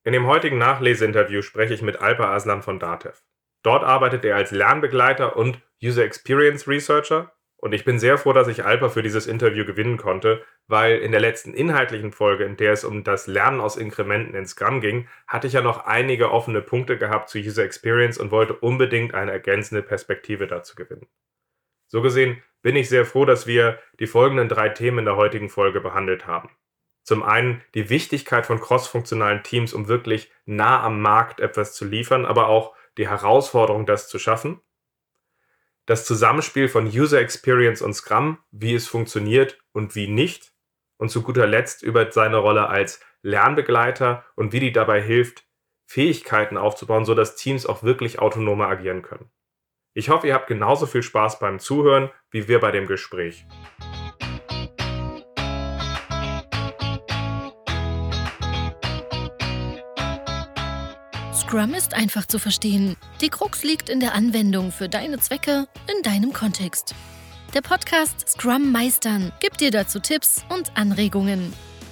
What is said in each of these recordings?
In dem heutigen Nachleseinterview spreche ich mit Alper Aslan von Datev. Dort arbeitet er als Lernbegleiter und User Experience Researcher und ich bin sehr froh, dass ich Alper für dieses Interview gewinnen konnte, weil in der letzten inhaltlichen Folge, in der es um das Lernen aus Inkrementen in Scrum ging, hatte ich ja noch einige offene Punkte gehabt zu User Experience und wollte unbedingt eine ergänzende Perspektive dazu gewinnen. So gesehen bin ich sehr froh, dass wir die folgenden 3 Themen in der heutigen Folge behandelt haben. Zum einen die Wichtigkeit von crossfunktionalen Teams, um wirklich nah am Markt etwas zu liefern, aber auch die Herausforderung, das zu schaffen. Das Zusammenspiel von User Experience und Scrum, wie es funktioniert und wie nicht. Und zu guter Letzt über seine Rolle als Lernbegleiter und wie die dabei hilft, Fähigkeiten aufzubauen, sodass Teams auch wirklich autonomer agieren können. Ich hoffe, ihr habt genauso viel Spaß beim Zuhören wie wir bei dem Gespräch. Scrum ist einfach zu verstehen. Die Krux liegt in der Anwendung für deine Zwecke in deinem Kontext. Der Podcast Scrum Meistern gibt dir dazu Tipps und Anregungen.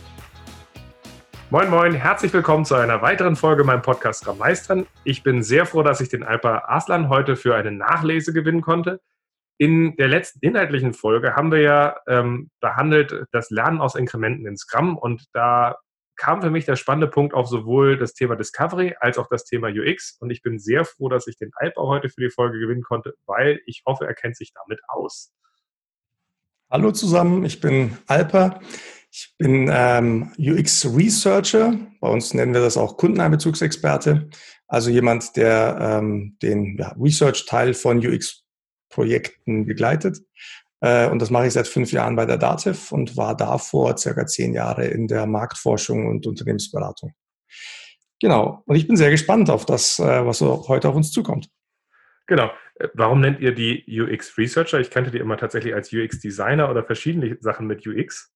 Moin moin, herzlich willkommen zu einer weiteren Folge meinem Podcast Scrum Meistern. Ich bin sehr froh, dass ich den Alper Aslan heute für eine Nachlese gewinnen konnte. In der letzten inhaltlichen Folge haben wir ja behandelt das Lernen aus Inkrementen in Scrum und da kam für mich der spannende Punkt auf sowohl das Thema Discovery als auch das Thema UX und ich bin sehr froh, dass ich den Alper heute für die Folge gewinnen konnte, weil ich hoffe, er kennt sich damit aus. Hallo zusammen, ich bin Alper. Ich bin UX-Researcher, bei uns nennen wir das auch Kundeneinbezugsexperte, also jemand, der den Research-Teil von UX-Projekten begleitet. Und das mache ich seit 5 Jahren bei der Datev und war davor circa 10 Jahre in der Marktforschung und Unternehmensberatung. Genau, und ich bin sehr gespannt auf das, was so heute auf uns zukommt. Genau. Warum nennt ihr die UX-Researcher? Ich kannte die immer tatsächlich als UX-Designer oder verschiedene Sachen mit UX.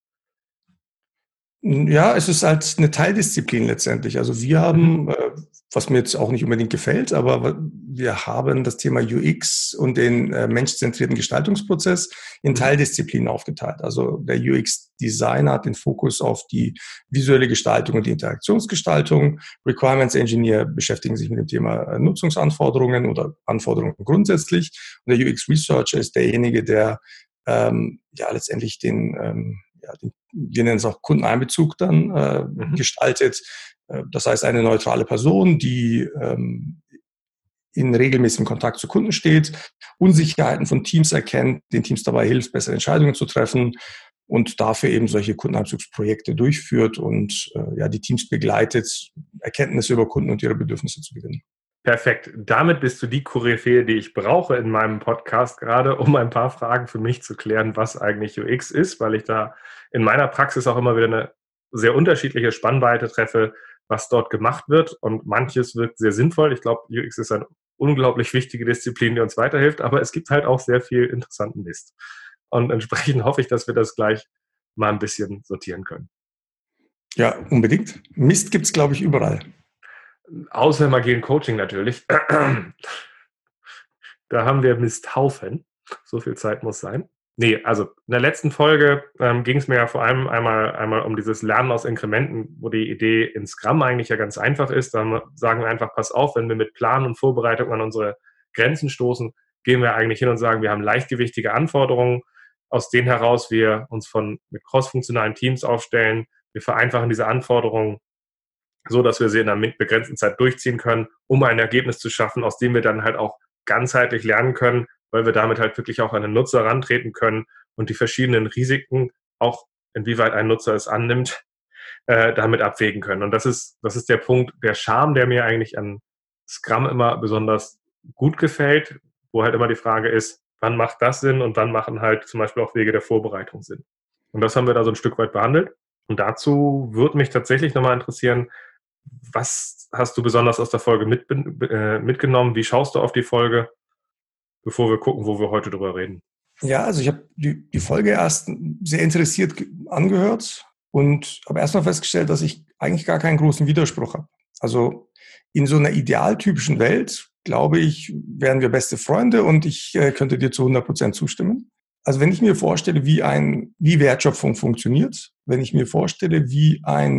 Ja, es ist halt eine Teildisziplin letztendlich. Also wir haben, was mir jetzt auch nicht unbedingt gefällt, aber wir haben das Thema UX und den menschzentrierten Gestaltungsprozess in Teildisziplinen aufgeteilt. Also der UX-Designer hat den Fokus auf die visuelle Gestaltung und die Interaktionsgestaltung. Requirements Engineer beschäftigen sich mit dem Thema Nutzungsanforderungen oder Anforderungen grundsätzlich. Und der UX-Researcher ist derjenige, der letztendlich wir nennen es auch Kundeneinbezug dann gestaltet. Das heißt, eine neutrale Person, die in regelmäßigem Kontakt zu Kunden steht, Unsicherheiten von Teams erkennt, den Teams dabei hilft, bessere Entscheidungen zu treffen und dafür eben solche Kundeneinbezugsprojekte durchführt und die Teams begleitet, Erkenntnisse über Kunden und ihre Bedürfnisse zu gewinnen. Perfekt. Damit bist du die Koryphäe, die ich brauche in meinem Podcast gerade, um ein paar Fragen für mich zu klären, was eigentlich UX ist, weil ich da in meiner Praxis auch immer wieder eine sehr unterschiedliche Spannweite treffe, was dort gemacht wird. Und manches wirkt sehr sinnvoll. Ich glaube, UX ist eine unglaublich wichtige Disziplin, die uns weiterhilft, aber es gibt halt auch sehr viel interessanten Mist. Und entsprechend hoffe ich, dass wir das gleich mal ein bisschen sortieren können. Ja, unbedingt. Mist gibt's, glaube ich, überall. Außer im agilen Coaching natürlich. Da haben wir Misthaufen. So viel Zeit muss sein. Nee, also in der letzten Folge ging es mir ja vor allem einmal um dieses Lernen aus Inkrementen, wo die Idee in Scrum eigentlich ja ganz einfach ist. Da sagen wir einfach, pass auf, wenn wir mit Plan und Vorbereitung an unsere Grenzen stoßen, gehen wir eigentlich hin und sagen, wir haben leichtgewichtige Anforderungen, aus denen heraus wir uns mit crossfunktionalen Teams aufstellen. Wir vereinfachen diese Anforderungen so, dass wir sie in einer begrenzten Zeit durchziehen können, um ein Ergebnis zu schaffen, aus dem wir dann halt auch ganzheitlich lernen können, weil wir damit halt wirklich auch an den Nutzer rantreten können und die verschiedenen Risiken, auch inwieweit ein Nutzer es annimmt, damit abwägen können. Und das ist der Punkt, der Charme, der mir eigentlich an Scrum immer besonders gut gefällt, wo halt immer die Frage ist, wann macht das Sinn und wann machen halt zum Beispiel auch Wege der Vorbereitung Sinn. Und das haben wir da so ein Stück weit behandelt. Und dazu würde mich tatsächlich nochmal interessieren, was hast du besonders aus der Folge mitgenommen? Wie schaust du auf die Folge, bevor wir gucken, wo wir heute drüber reden? Ja, also ich habe die Folge erst sehr interessiert angehört und habe erstmal festgestellt, dass ich eigentlich gar keinen großen Widerspruch habe. Also in so einer idealtypischen Welt, glaube ich, wären wir beste Freunde und ich könnte dir zu 100% zustimmen. Also wenn ich mir vorstelle, wie Wertschöpfung funktioniert, wenn ich mir vorstelle, wie ein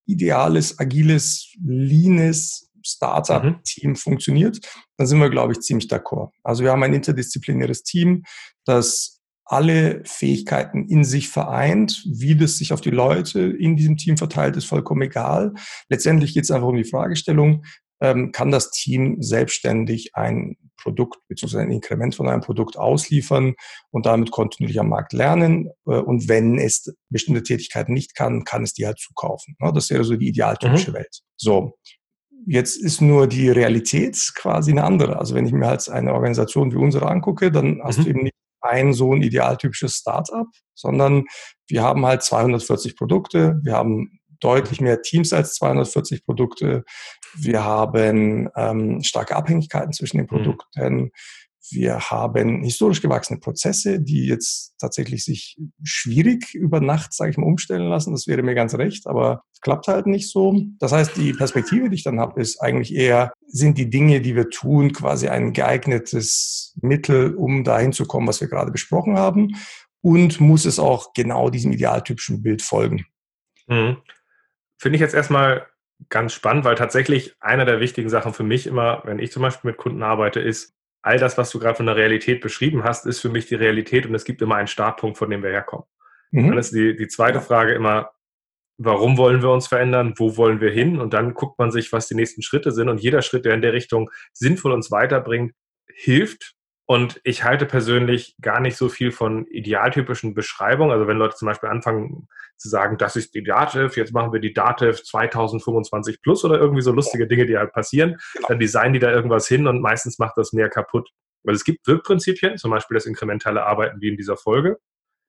ideales, agiles, leanes Startup-Team funktioniert, dann sind wir, glaube ich, ziemlich d'accord. Also wir haben ein interdisziplinäres Team, das alle Fähigkeiten in sich vereint. Wie das sich auf die Leute in diesem Team verteilt, ist vollkommen egal. Letztendlich geht es einfach um die Fragestellung, kann das Team selbstständig ein Produkt bzw. ein Inkrement von einem Produkt ausliefern und damit kontinuierlich am Markt lernen. Und wenn es bestimmte Tätigkeiten nicht kann, kann es die halt zukaufen. Das wäre so die idealtypische Welt. So. Jetzt ist nur die Realität quasi eine andere. Also wenn ich mir halt eine Organisation wie unsere angucke, dann hast du eben nicht so ein idealtypisches Startup, sondern wir haben halt 240 Produkte, wir haben deutlich mehr Teams als 240 Produkte, wir haben starke Abhängigkeiten zwischen den Produkten, wir haben historisch gewachsene Prozesse, die jetzt tatsächlich sich schwierig über Nacht, sage ich mal, umstellen lassen. Das wäre mir ganz recht, aber klappt halt nicht so. Das heißt, die Perspektive, die ich dann habe, ist eigentlich eher, sind die Dinge, die wir tun, quasi ein geeignetes Mittel, um dahin zu kommen, was wir gerade besprochen haben, und muss es auch genau diesem idealtypischen Bild folgen. Finde ich jetzt erstmal ganz spannend, weil tatsächlich eine der wichtigen Sachen für mich immer, wenn ich zum Beispiel mit Kunden arbeite, ist, all das, was du gerade von der Realität beschrieben hast, ist für mich die Realität und es gibt immer einen Startpunkt, von dem wir herkommen. Dann ist die zweite Frage immer, warum wollen wir uns verändern, wo wollen wir hin? Und dann guckt man sich, was die nächsten Schritte sind und jeder Schritt, der in der Richtung sinnvoll uns weiterbringt, hilft. Und ich halte persönlich gar nicht so viel von idealtypischen Beschreibungen. Also wenn Leute zum Beispiel anfangen zu sagen, das ist die Dativ, jetzt machen wir die Dativ 2025 plus oder irgendwie so lustige Dinge, die halt passieren, dann designen die da irgendwas hin und meistens macht das mehr kaputt. Also es gibt Wirkprinzipien, zum Beispiel das inkrementelle Arbeiten wie in dieser Folge,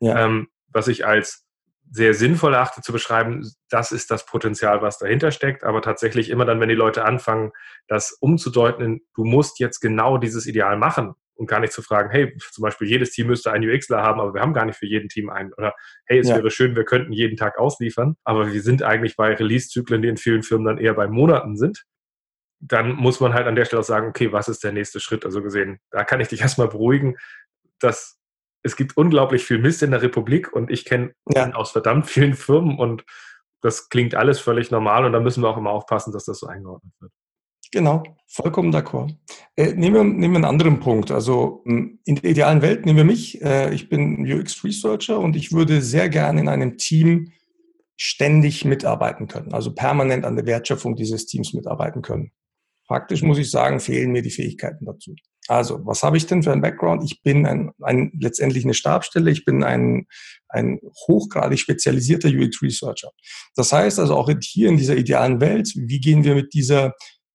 was ich als sehr sinnvoll erachte zu beschreiben, das ist das Potenzial, was dahinter steckt, aber tatsächlich immer dann, wenn die Leute anfangen, das umzudeuten in, du musst jetzt genau dieses Ideal machen, und gar nicht zu fragen, hey, zum Beispiel jedes Team müsste einen UXler haben, aber wir haben gar nicht für jeden Team einen. Oder hey, es wäre schön, wir könnten jeden Tag ausliefern, aber wir sind eigentlich bei Release-Zyklen, die in vielen Firmen dann eher bei Monaten sind. Dann muss man halt an der Stelle auch sagen, okay, was ist der nächste Schritt? Also gesehen, da kann ich dich erstmal beruhigen, dass es gibt unglaublich viel Mist in der Republik und ich kenne ihn aus verdammt vielen Firmen und das klingt alles völlig normal und da müssen wir auch immer aufpassen, dass das so eingeordnet wird. Genau, vollkommen d'accord. Nehmen wir einen anderen Punkt. Also in der idealen Welt nehmen wir mich. Ich bin UX-Researcher und ich würde sehr gerne in einem Team ständig mitarbeiten können, also permanent an der Wertschöpfung dieses Teams mitarbeiten können. Praktisch muss ich sagen, fehlen mir die Fähigkeiten dazu. Also, was habe ich denn für einen Background? Ich bin letztendlich eine Stabsstelle. Ich bin ein hochgradig spezialisierter UX-Researcher. Das heißt also auch hier in dieser idealen Welt, wie gehen wir mit dieser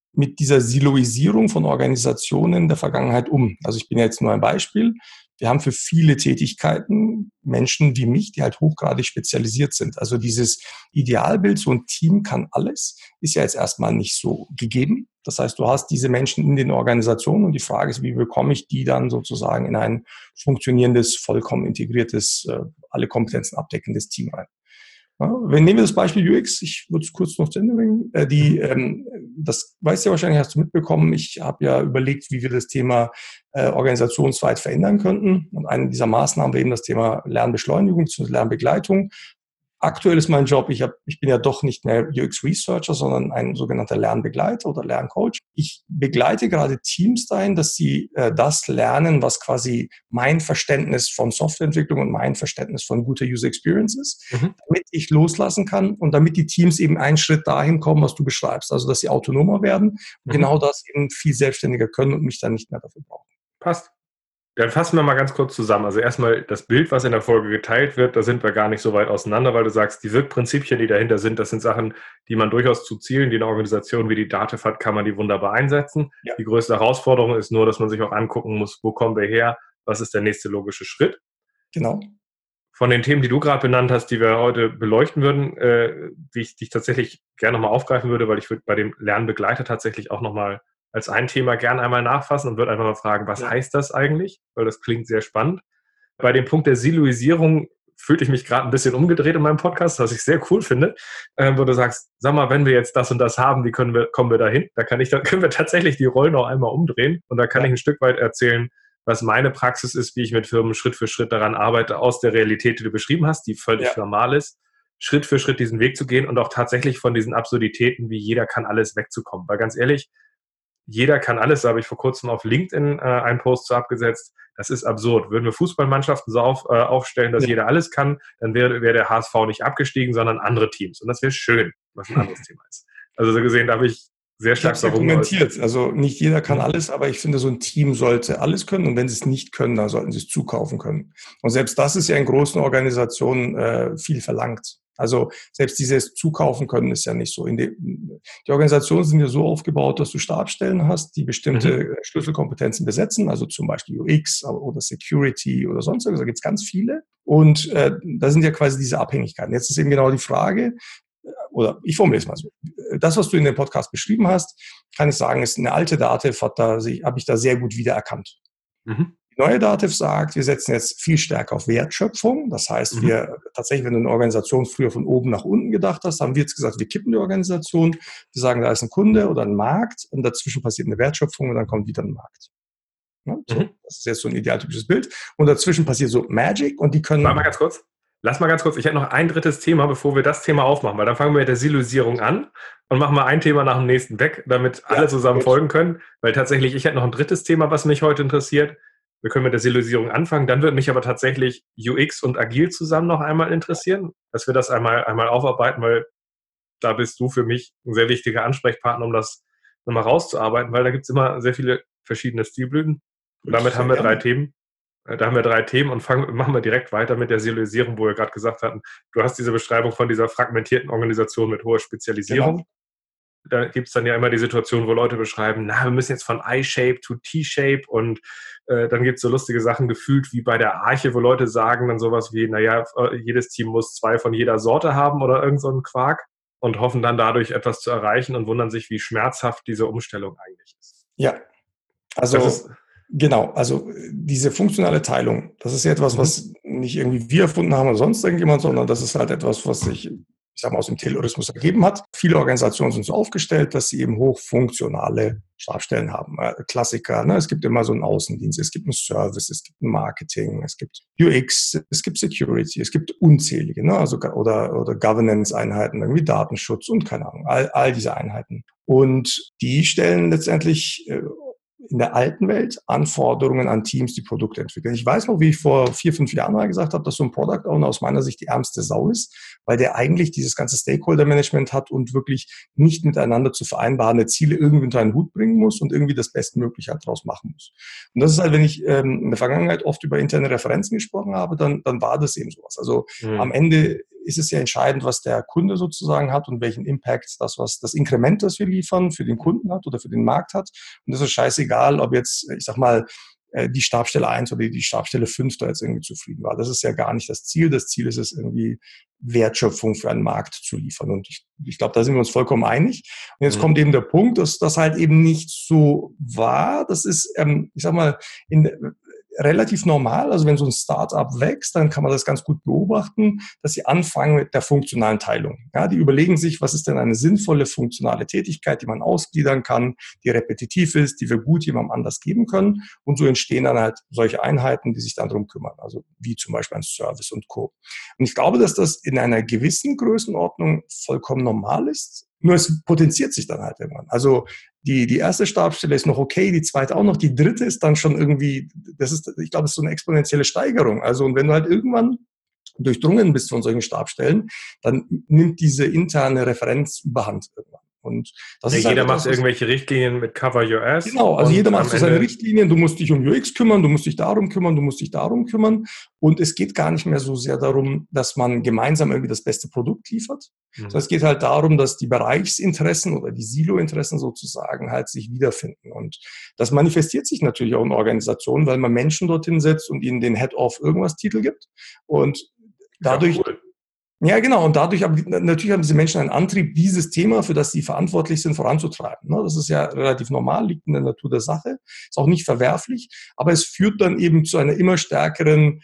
Siloisierung von Organisationen der Vergangenheit um? Also ich bin jetzt nur ein Beispiel. Wir haben für viele Tätigkeiten Menschen wie mich, die halt hochgradig spezialisiert sind. Also dieses Idealbild, so ein Team kann alles, ist ja jetzt erstmal nicht so gegeben. Das heißt, du hast diese Menschen in den Organisationen und die Frage ist, wie bekomme ich die dann sozusagen in ein funktionierendes, vollkommen integriertes, alle Kompetenzen abdeckendes Team rein. Nehmen wir das Beispiel UX, ich würde es kurz noch zu Ende bringen. Das weißt du ja wahrscheinlich, hast du mitbekommen, ich habe ja überlegt, wie wir das Thema organisationsweit verändern könnten. Und eine dieser Maßnahmen wäre eben das Thema Lernbeschleunigung bzw. Lernbegleitung. Aktuell ist mein Job, ich bin ja doch nicht mehr UX-Researcher, sondern ein sogenannter Lernbegleiter oder Lerncoach. Ich begleite gerade Teams dahin, dass sie das lernen, was quasi mein Verständnis von Softwareentwicklung und mein Verständnis von guter User Experience ist, damit ich loslassen kann und damit die Teams eben einen Schritt dahin kommen, was du beschreibst. Also, dass sie autonomer werden und genau das eben viel selbstständiger können und mich dann nicht mehr dafür brauchen. Passt. Dann fassen wir mal ganz kurz zusammen. Also erstmal das Bild, was in der Folge geteilt wird, da sind wir gar nicht so weit auseinander, weil du sagst, die Wirkprinzipien, die dahinter sind, das sind Sachen, die man durchaus zu Zielen, die eine Organisation wie die Dativ hat, kann man die wunderbar einsetzen. Ja. Die größte Herausforderung ist nur, dass man sich auch angucken muss, wo kommen wir her, was ist der nächste logische Schritt. Genau. Von den Themen, die du gerade benannt hast, die wir heute beleuchten würden, die ich tatsächlich gerne nochmal aufgreifen würde, weil ich würde bei dem Lernbegleiter tatsächlich auch nochmal als ein Thema gern einmal nachfassen und würde einfach mal fragen, was heißt das eigentlich? Weil das klingt sehr spannend. Bei dem Punkt der Siloisierung fühlte ich mich gerade ein bisschen umgedreht in meinem Podcast, was ich sehr cool finde, wo du sagst, sag mal, wenn wir jetzt das und das haben, wie kommen wir dahin? Da können wir tatsächlich die Rollen auch einmal umdrehen und da kann ich ein Stück weit erzählen, was meine Praxis ist, wie ich mit Firmen Schritt für Schritt daran arbeite, aus der Realität, die du beschrieben hast, die völlig normal ist, Schritt für Schritt diesen Weg zu gehen und auch tatsächlich von diesen Absurditäten wie jeder kann alles wegzukommen. Weil ganz ehrlich, jeder kann alles, da habe ich vor kurzem auf LinkedIn einen Post zu abgesetzt. Das ist absurd. Würden wir Fußballmannschaften so aufstellen, dass jeder alles kann, dann wäre der HSV nicht abgestiegen, sondern andere Teams. Und das wäre schön, was ein anderes Thema ist. Also so gesehen, da habe ich sehr stark darum kommentiert. Also nicht jeder kann alles, aber ich finde, so ein Team sollte alles können. Und wenn sie es nicht können, dann sollten sie es zukaufen können. Und selbst das ist ja in großen Organisationen viel verlangt. Also selbst dieses Zukaufen können ist ja nicht so. Die Organisationen sind ja so aufgebaut, dass du Stabsstellen hast, die bestimmte Schlüsselkompetenzen besetzen, also zum Beispiel UX oder Security oder sonst irgendwas. Da gibt es ganz viele. Und da sind ja quasi diese Abhängigkeiten. Jetzt ist eben genau die Frage, oder ich formuliere es mal so. Das, was du in dem Podcast beschrieben hast, kann ich sagen, ist eine alte Dativ, habe ich da sehr gut wiedererkannt. Die neue Dativ sagt, wir setzen jetzt viel stärker auf Wertschöpfung. Das heißt, wir tatsächlich, wenn du eine Organisation früher von oben nach unten gedacht hast, haben wir jetzt gesagt, wir kippen die Organisation. Wir sagen, da ist ein Kunde oder ein Markt und dazwischen passiert eine Wertschöpfung und dann kommt wieder ein Markt. Ja, so, das ist jetzt so ein idealtypisches Bild. Und dazwischen passiert so Magic und die können... Warte mal ganz kurz. Lass mal ganz kurz, ich hätte noch ein drittes Thema, bevor wir das Thema aufmachen, weil dann fangen wir mit der Siloisierung an und machen mal ein Thema nach dem nächsten weg, damit alle zusammen folgen können, weil tatsächlich, ich hätte noch ein drittes Thema, was mich heute interessiert. Wir können mit der Siloisierung anfangen, dann würde mich aber tatsächlich UX und Agil zusammen noch einmal interessieren, dass wir das einmal aufarbeiten, weil da bist du für mich ein sehr wichtiger Ansprechpartner, um das nochmal rauszuarbeiten, weil da gibt es immer sehr viele verschiedene Stilblüten. Und damit haben wir 3 Themen. Da haben wir 3 Themen und machen wir direkt weiter mit der Siloisierung, wo wir gerade gesagt hatten, du hast diese Beschreibung von dieser fragmentierten Organisation mit hoher Spezialisierung. Genau. Da gibt es dann ja immer die Situation, wo Leute beschreiben, wir müssen jetzt von I-Shape to T-Shape und dann gibt es so lustige Sachen gefühlt wie bei der Arche, wo Leute sagen dann sowas wie, jedes Team muss 2 von jeder Sorte haben oder irgend so einen Quark und hoffen dann dadurch etwas zu erreichen und wundern sich, wie schmerzhaft diese Umstellung eigentlich ist. Ja, also... Genau, also diese funktionale Teilung, das ist ja etwas, was nicht irgendwie wir erfunden haben oder sonst irgendjemand, sondern das ist halt etwas, was sich, ich sag mal, aus dem Taylorismus ergeben hat. Viele Organisationen sind so aufgestellt, dass sie eben hochfunktionale Stabstellen haben. Klassiker, es gibt immer so einen Außendienst, es gibt einen Service, es gibt ein Marketing, es gibt UX, es gibt Security, es gibt unzählige, oder Governance-Einheiten, irgendwie Datenschutz und keine Ahnung, all diese Einheiten. Und die stellen letztendlich in der alten Welt Anforderungen an Teams, die Produkte entwickeln. Ich weiß noch, wie ich vor 4-5 Jahren mal gesagt habe, dass so ein Product Owner aus meiner Sicht die ärmste Sau ist, weil der eigentlich dieses ganze Stakeholder-Management hat und wirklich nicht miteinander zu vereinbarende Ziele irgendwie unter einen Hut bringen muss und irgendwie das Bestmögliche halt draus machen muss. Und das ist halt, wenn ich in der Vergangenheit oft über interne Referenzen gesprochen habe, dann war das eben sowas. Also am Ende ist es ja entscheidend, was der Kunde sozusagen hat und welchen Impact das Inkrement, das wir liefern, für den Kunden hat oder für den Markt hat. Und das ist scheißegal, ob jetzt, ich sag mal, die Stabstelle 1 oder die Stabstelle 5 da jetzt irgendwie zufrieden war. Das ist ja gar nicht das Ziel. Das Ziel ist es, irgendwie Wertschöpfung für einen Markt zu liefern. Und ich glaube, da sind wir uns vollkommen einig. Und jetzt kommt eben der Punkt, dass das halt eben nicht so war. Das ist, ich sag mal, relativ normal. Also wenn so ein Startup wächst, dann kann man das ganz gut beobachten, dass sie anfangen mit der funktionalen Teilung. Ja, die überlegen sich, was ist denn eine sinnvolle funktionale Tätigkeit, die man ausgliedern kann, die repetitiv ist, die wir gut jemandem anders geben können. Und so entstehen dann halt solche Einheiten, die sich dann darum kümmern. Also wie zum Beispiel ein Service und Co. Und ich glaube, dass das in einer gewissen Größenordnung vollkommen normal ist. Nur es potenziert sich dann halt irgendwann. Also die erste Stabstelle ist noch okay, die zweite auch noch, die dritte ist dann schon irgendwie, ich glaube, das ist so eine exponentielle Steigerung. Also und wenn du halt irgendwann durchdrungen bist von solchen Stabstellen, dann nimmt diese interne Referenz überhand irgendwann. Und das ist jeder macht irgendwelche Richtlinien mit Cover Your Ass. Genau, also jeder macht so seine Richtlinien. Du musst dich um UX kümmern, du musst dich darum kümmern, du musst dich darum kümmern. Und es geht gar nicht mehr so sehr darum, dass man gemeinsam irgendwie das beste Produkt liefert. Sondern es geht halt darum, dass die Bereichsinteressen oder die Silo-Interessen sozusagen halt sich wiederfinden. Und das manifestiert sich natürlich auch in Organisationen, weil man Menschen dorthin setzt und ihnen den Head-of-Irgendwas-Titel gibt. Und dadurch... Ja, cool. Ja, genau. Und dadurch natürlich haben diese Menschen einen Antrieb, dieses Thema, für das sie verantwortlich sind, voranzutreiben. Das ist ja relativ normal, liegt in der Natur der Sache, ist auch nicht verwerflich, aber es führt dann eben zu einer immer stärkeren,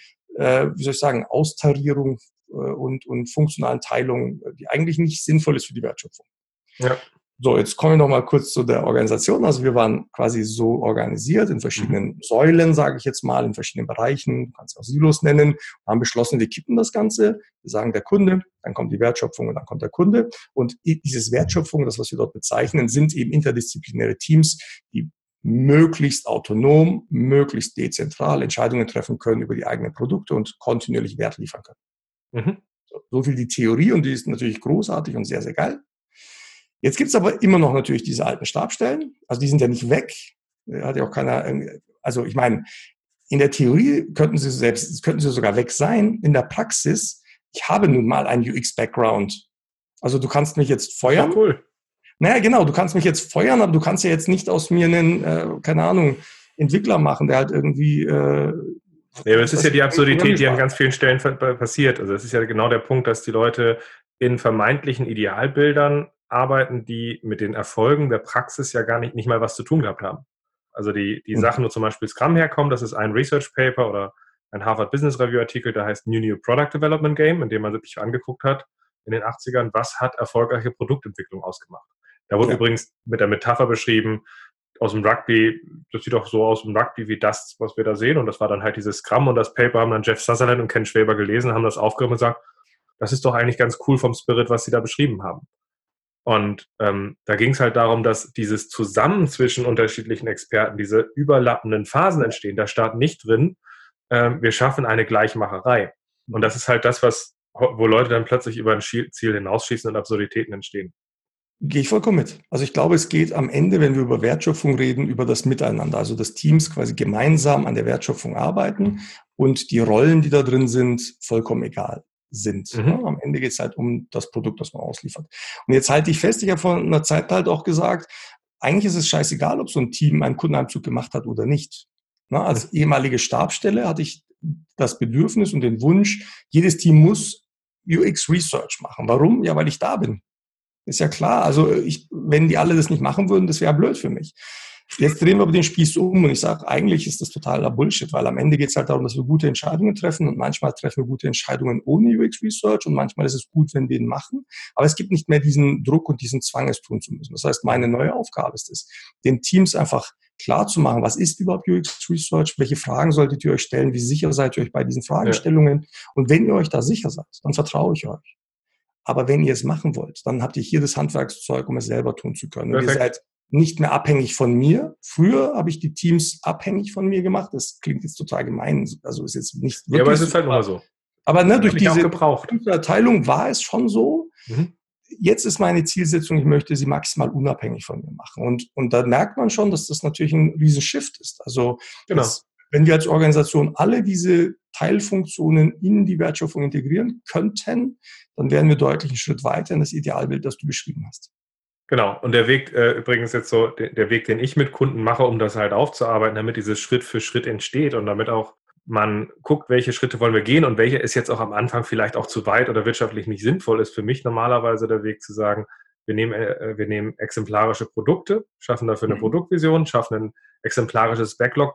Austarierung und funktionalen Teilung, die eigentlich nicht sinnvoll ist für die Wertschöpfung. Ja. So, jetzt komme ich noch mal kurz zu der Organisation. Also wir waren quasi so organisiert in verschiedenen Säulen, sage ich jetzt mal, in verschiedenen Bereichen, du kannst auch Silos nennen, haben beschlossen, wir kippen das Ganze. Wir sagen der Kunde, dann kommt die Wertschöpfung und dann kommt der Kunde. Und dieses Wertschöpfung, das, was wir dort bezeichnen, sind eben interdisziplinäre Teams, die möglichst autonom, möglichst dezentral Entscheidungen treffen können über die eigenen Produkte und kontinuierlich Wert liefern können. So viel die Theorie und die ist natürlich großartig und sehr, sehr geil. Jetzt gibt's aber immer noch natürlich diese alten Stabstellen. Also die sind ja nicht weg. Hat ja auch keiner, also ich meine, in der Theorie könnten sie sogar weg sein. In der Praxis, ich habe nun mal einen UX-Background. Also du kannst mich jetzt feuern. Ja, cool. Naja, genau, du kannst mich jetzt feuern, aber du kannst ja jetzt nicht aus mir einen, keine Ahnung, Entwickler machen, der halt irgendwie... Ja, aber das ist ja die Absurdität, die an ganz vielen Stellen passiert. Also das ist ja genau der Punkt, dass die Leute in vermeintlichen Idealbildern arbeiten, die mit den Erfolgen der Praxis ja gar nicht mal was zu tun gehabt haben. Also die Sachen, wo zum Beispiel Scrum herkommen, das ist ein Research Paper oder ein Harvard Business Review Artikel, der heißt New Product Development Game, in dem man sich angeguckt hat in den 80ern, was hat erfolgreiche Produktentwicklung ausgemacht. Da wurde übrigens mit der Metapher beschrieben, aus dem Rugby, das sieht auch so aus im Rugby wie das, was wir da sehen. Und das war dann halt dieses Scrum und das Paper haben dann Jeff Sutherland und Ken Schwaber gelesen, haben das aufgenommen und gesagt, das ist doch eigentlich ganz cool vom Spirit, was sie da beschrieben haben. Und da ging es halt darum, dass dieses Zusammen zwischen unterschiedlichen Experten, diese überlappenden Phasen entstehen. Da steht nicht drin, wir schaffen eine Gleichmacherei. Und das ist halt das, wo Leute dann plötzlich über ein Ziel hinausschießen und Absurditäten entstehen. Gehe ich vollkommen mit. Also ich glaube, es geht am Ende, wenn wir über Wertschöpfung reden, über das Miteinander. Also dass Teams quasi gemeinsam an der Wertschöpfung arbeiten und die Rollen, die da drin sind, vollkommen egal sind. Ja, am Ende geht es halt um das Produkt, das man ausliefert. Und jetzt halte ich fest, ich habe vor einer Zeit halt auch gesagt, eigentlich ist es scheißegal, ob so ein Team einen Kundenheimzug gemacht hat oder nicht. Na, als ehemalige Stabsstelle hatte ich das Bedürfnis und den Wunsch, jedes Team muss UX Research machen. Warum? Ja, weil ich da bin. Ist ja klar. Also wenn die alle das nicht machen würden, das wäre blöd für mich. Jetzt drehen wir aber den Spieß um und ich sage, eigentlich ist das totaler Bullshit, weil am Ende geht es halt darum, dass wir gute Entscheidungen treffen und manchmal treffen wir gute Entscheidungen ohne UX Research und manchmal ist es gut, wenn wir ihn machen. Aber es gibt nicht mehr diesen Druck und diesen Zwang, es tun zu müssen. Das heißt, meine neue Aufgabe ist es, den Teams einfach klar zu machen, was ist überhaupt UX Research, welche Fragen solltet ihr euch stellen, wie sicher seid ihr euch bei diesen Fragestellungen und wenn ihr euch da sicher seid, dann vertraue ich euch. Aber wenn ihr es machen wollt, dann habt ihr hier das Handwerkszeug, um es selber tun zu können. Und ihr seid nicht mehr abhängig von mir. Früher habe ich die Teams abhängig von mir gemacht. Das klingt jetzt total gemein. Also ist jetzt nicht wirklich. Ja, aber es ist halt immer so. Aber ne, durch diese Erteilung war es schon so. Jetzt ist meine Zielsetzung, ich möchte sie maximal unabhängig von mir machen. Und da merkt man schon, dass das natürlich ein riesen Shift ist. Also wenn wir als Organisation alle diese Teilfunktionen in die Wertschöpfung integrieren könnten, dann wären wir deutlich einen Schritt weiter in das Idealbild, das du beschrieben hast. Genau. Und der Weg, übrigens jetzt so, der Weg, den ich mit Kunden mache, um das halt aufzuarbeiten, damit dieses Schritt für Schritt entsteht und damit auch man guckt, welche Schritte wollen wir gehen und welche ist jetzt auch am Anfang vielleicht auch zu weit oder wirtschaftlich nicht sinnvoll, ist für mich normalerweise der Weg zu sagen, wir nehmen exemplarische Produkte, schaffen dafür eine Produktvision, schaffen ein exemplarisches Backlog,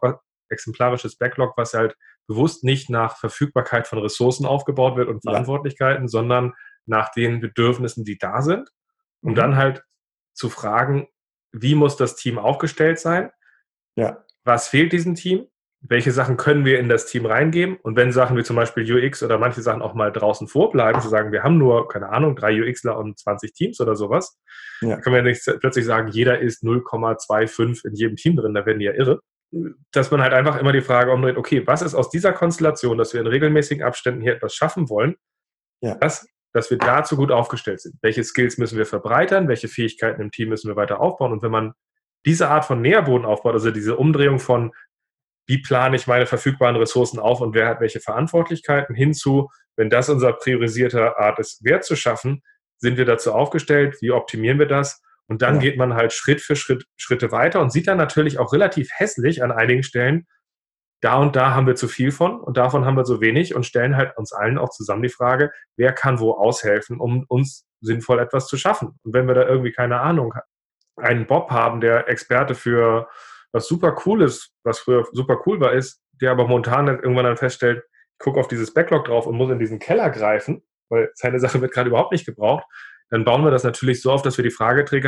was halt bewusst nicht nach Verfügbarkeit von Ressourcen aufgebaut wird und Verantwortlichkeiten, sondern nach den Bedürfnissen, die da sind. Um dann halt zu fragen, wie muss das Team aufgestellt sein? Ja. Was fehlt diesem Team? Welche Sachen können wir in das Team reingeben? Und wenn Sachen wie zum Beispiel UX oder manche Sachen auch mal draußen vorbleiben, zu sagen, wir haben nur, keine Ahnung, 3 UXler und 20 Teams oder sowas, dann können wir nicht plötzlich sagen, jeder ist 0,25 in jedem Team drin, da werden die ja irre. Dass man halt einfach immer die Frage umdreht, okay, was ist aus dieser Konstellation, dass wir in regelmäßigen Abständen hier etwas schaffen wollen, dass wir dazu gut aufgestellt sind. Welche Skills müssen wir verbreitern? Welche Fähigkeiten im Team müssen wir weiter aufbauen? Und wenn man diese Art von Nährboden aufbaut, also diese Umdrehung von, wie plane ich meine verfügbaren Ressourcen auf und wer hat welche Verantwortlichkeiten, hinzu, wenn das unser priorisierter Art ist, Wert zu schaffen, sind wir dazu aufgestellt, wie optimieren wir das? Und dann geht man halt Schritt für Schritt Schritte weiter und sieht dann natürlich auch relativ hässlich an einigen Stellen, da und da haben wir zu viel von und davon haben wir so wenig und stellen halt uns allen auch zusammen die Frage, wer kann wo aushelfen, um uns sinnvoll etwas zu schaffen. Und wenn wir da irgendwie, keine Ahnung, einen Bob haben, der Experte für was super cool ist, was früher super cool war, ist, der aber momentan irgendwann dann feststellt, ich gucke auf dieses Backlog drauf und muss in diesen Keller greifen, weil seine Sache wird gerade überhaupt nicht gebraucht, dann bauen wir das natürlich so auf, dass wir die Frage triggern,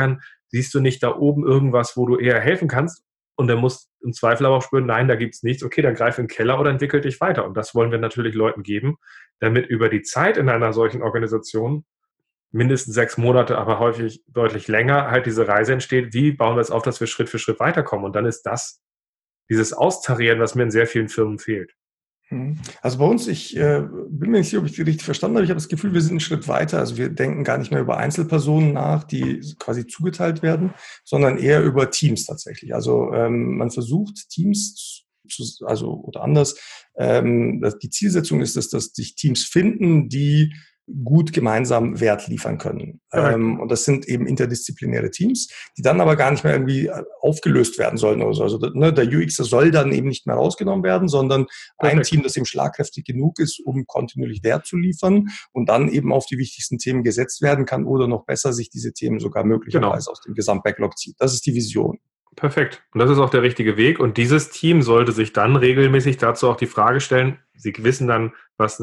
siehst du nicht da oben irgendwas, wo du eher helfen kannst? Und der muss im Zweifel aber auch spüren, nein, da gibt's nichts. Okay, dann greif in den Keller oder entwickel dich weiter. Und das wollen wir natürlich Leuten geben, damit über die Zeit in einer solchen Organisation mindestens 6 Monate, aber häufig deutlich länger, halt diese Reise entsteht. Wie bauen wir es auf, dass wir Schritt für Schritt weiterkommen? Und dann ist das dieses Austarieren, was mir in sehr vielen Firmen fehlt. Also bei uns, ich bin mir nicht sicher, ob ich die richtig verstanden habe. Ich habe das Gefühl, wir sind einen Schritt weiter. Also wir denken gar nicht mehr über Einzelpersonen nach, die quasi zugeteilt werden, sondern eher über Teams tatsächlich. Also man versucht Teams oder anders. Die Zielsetzung ist, dass sich Teams finden, die gut gemeinsam Wert liefern können. Und das sind eben interdisziplinäre Teams, die dann aber gar nicht mehr irgendwie aufgelöst werden sollen oder so. Also der UXer soll dann eben nicht mehr rausgenommen werden, sondern ein Team, das eben schlagkräftig genug ist, um kontinuierlich Wert zu liefern und dann eben auf die wichtigsten Themen gesetzt werden kann oder noch besser sich diese Themen sogar möglicherweise aus dem Gesamtbacklog zieht. Das ist die Vision. Perfekt. Und das ist auch der richtige Weg. Und dieses Team sollte sich dann regelmäßig dazu auch die Frage stellen, sie wissen dann, was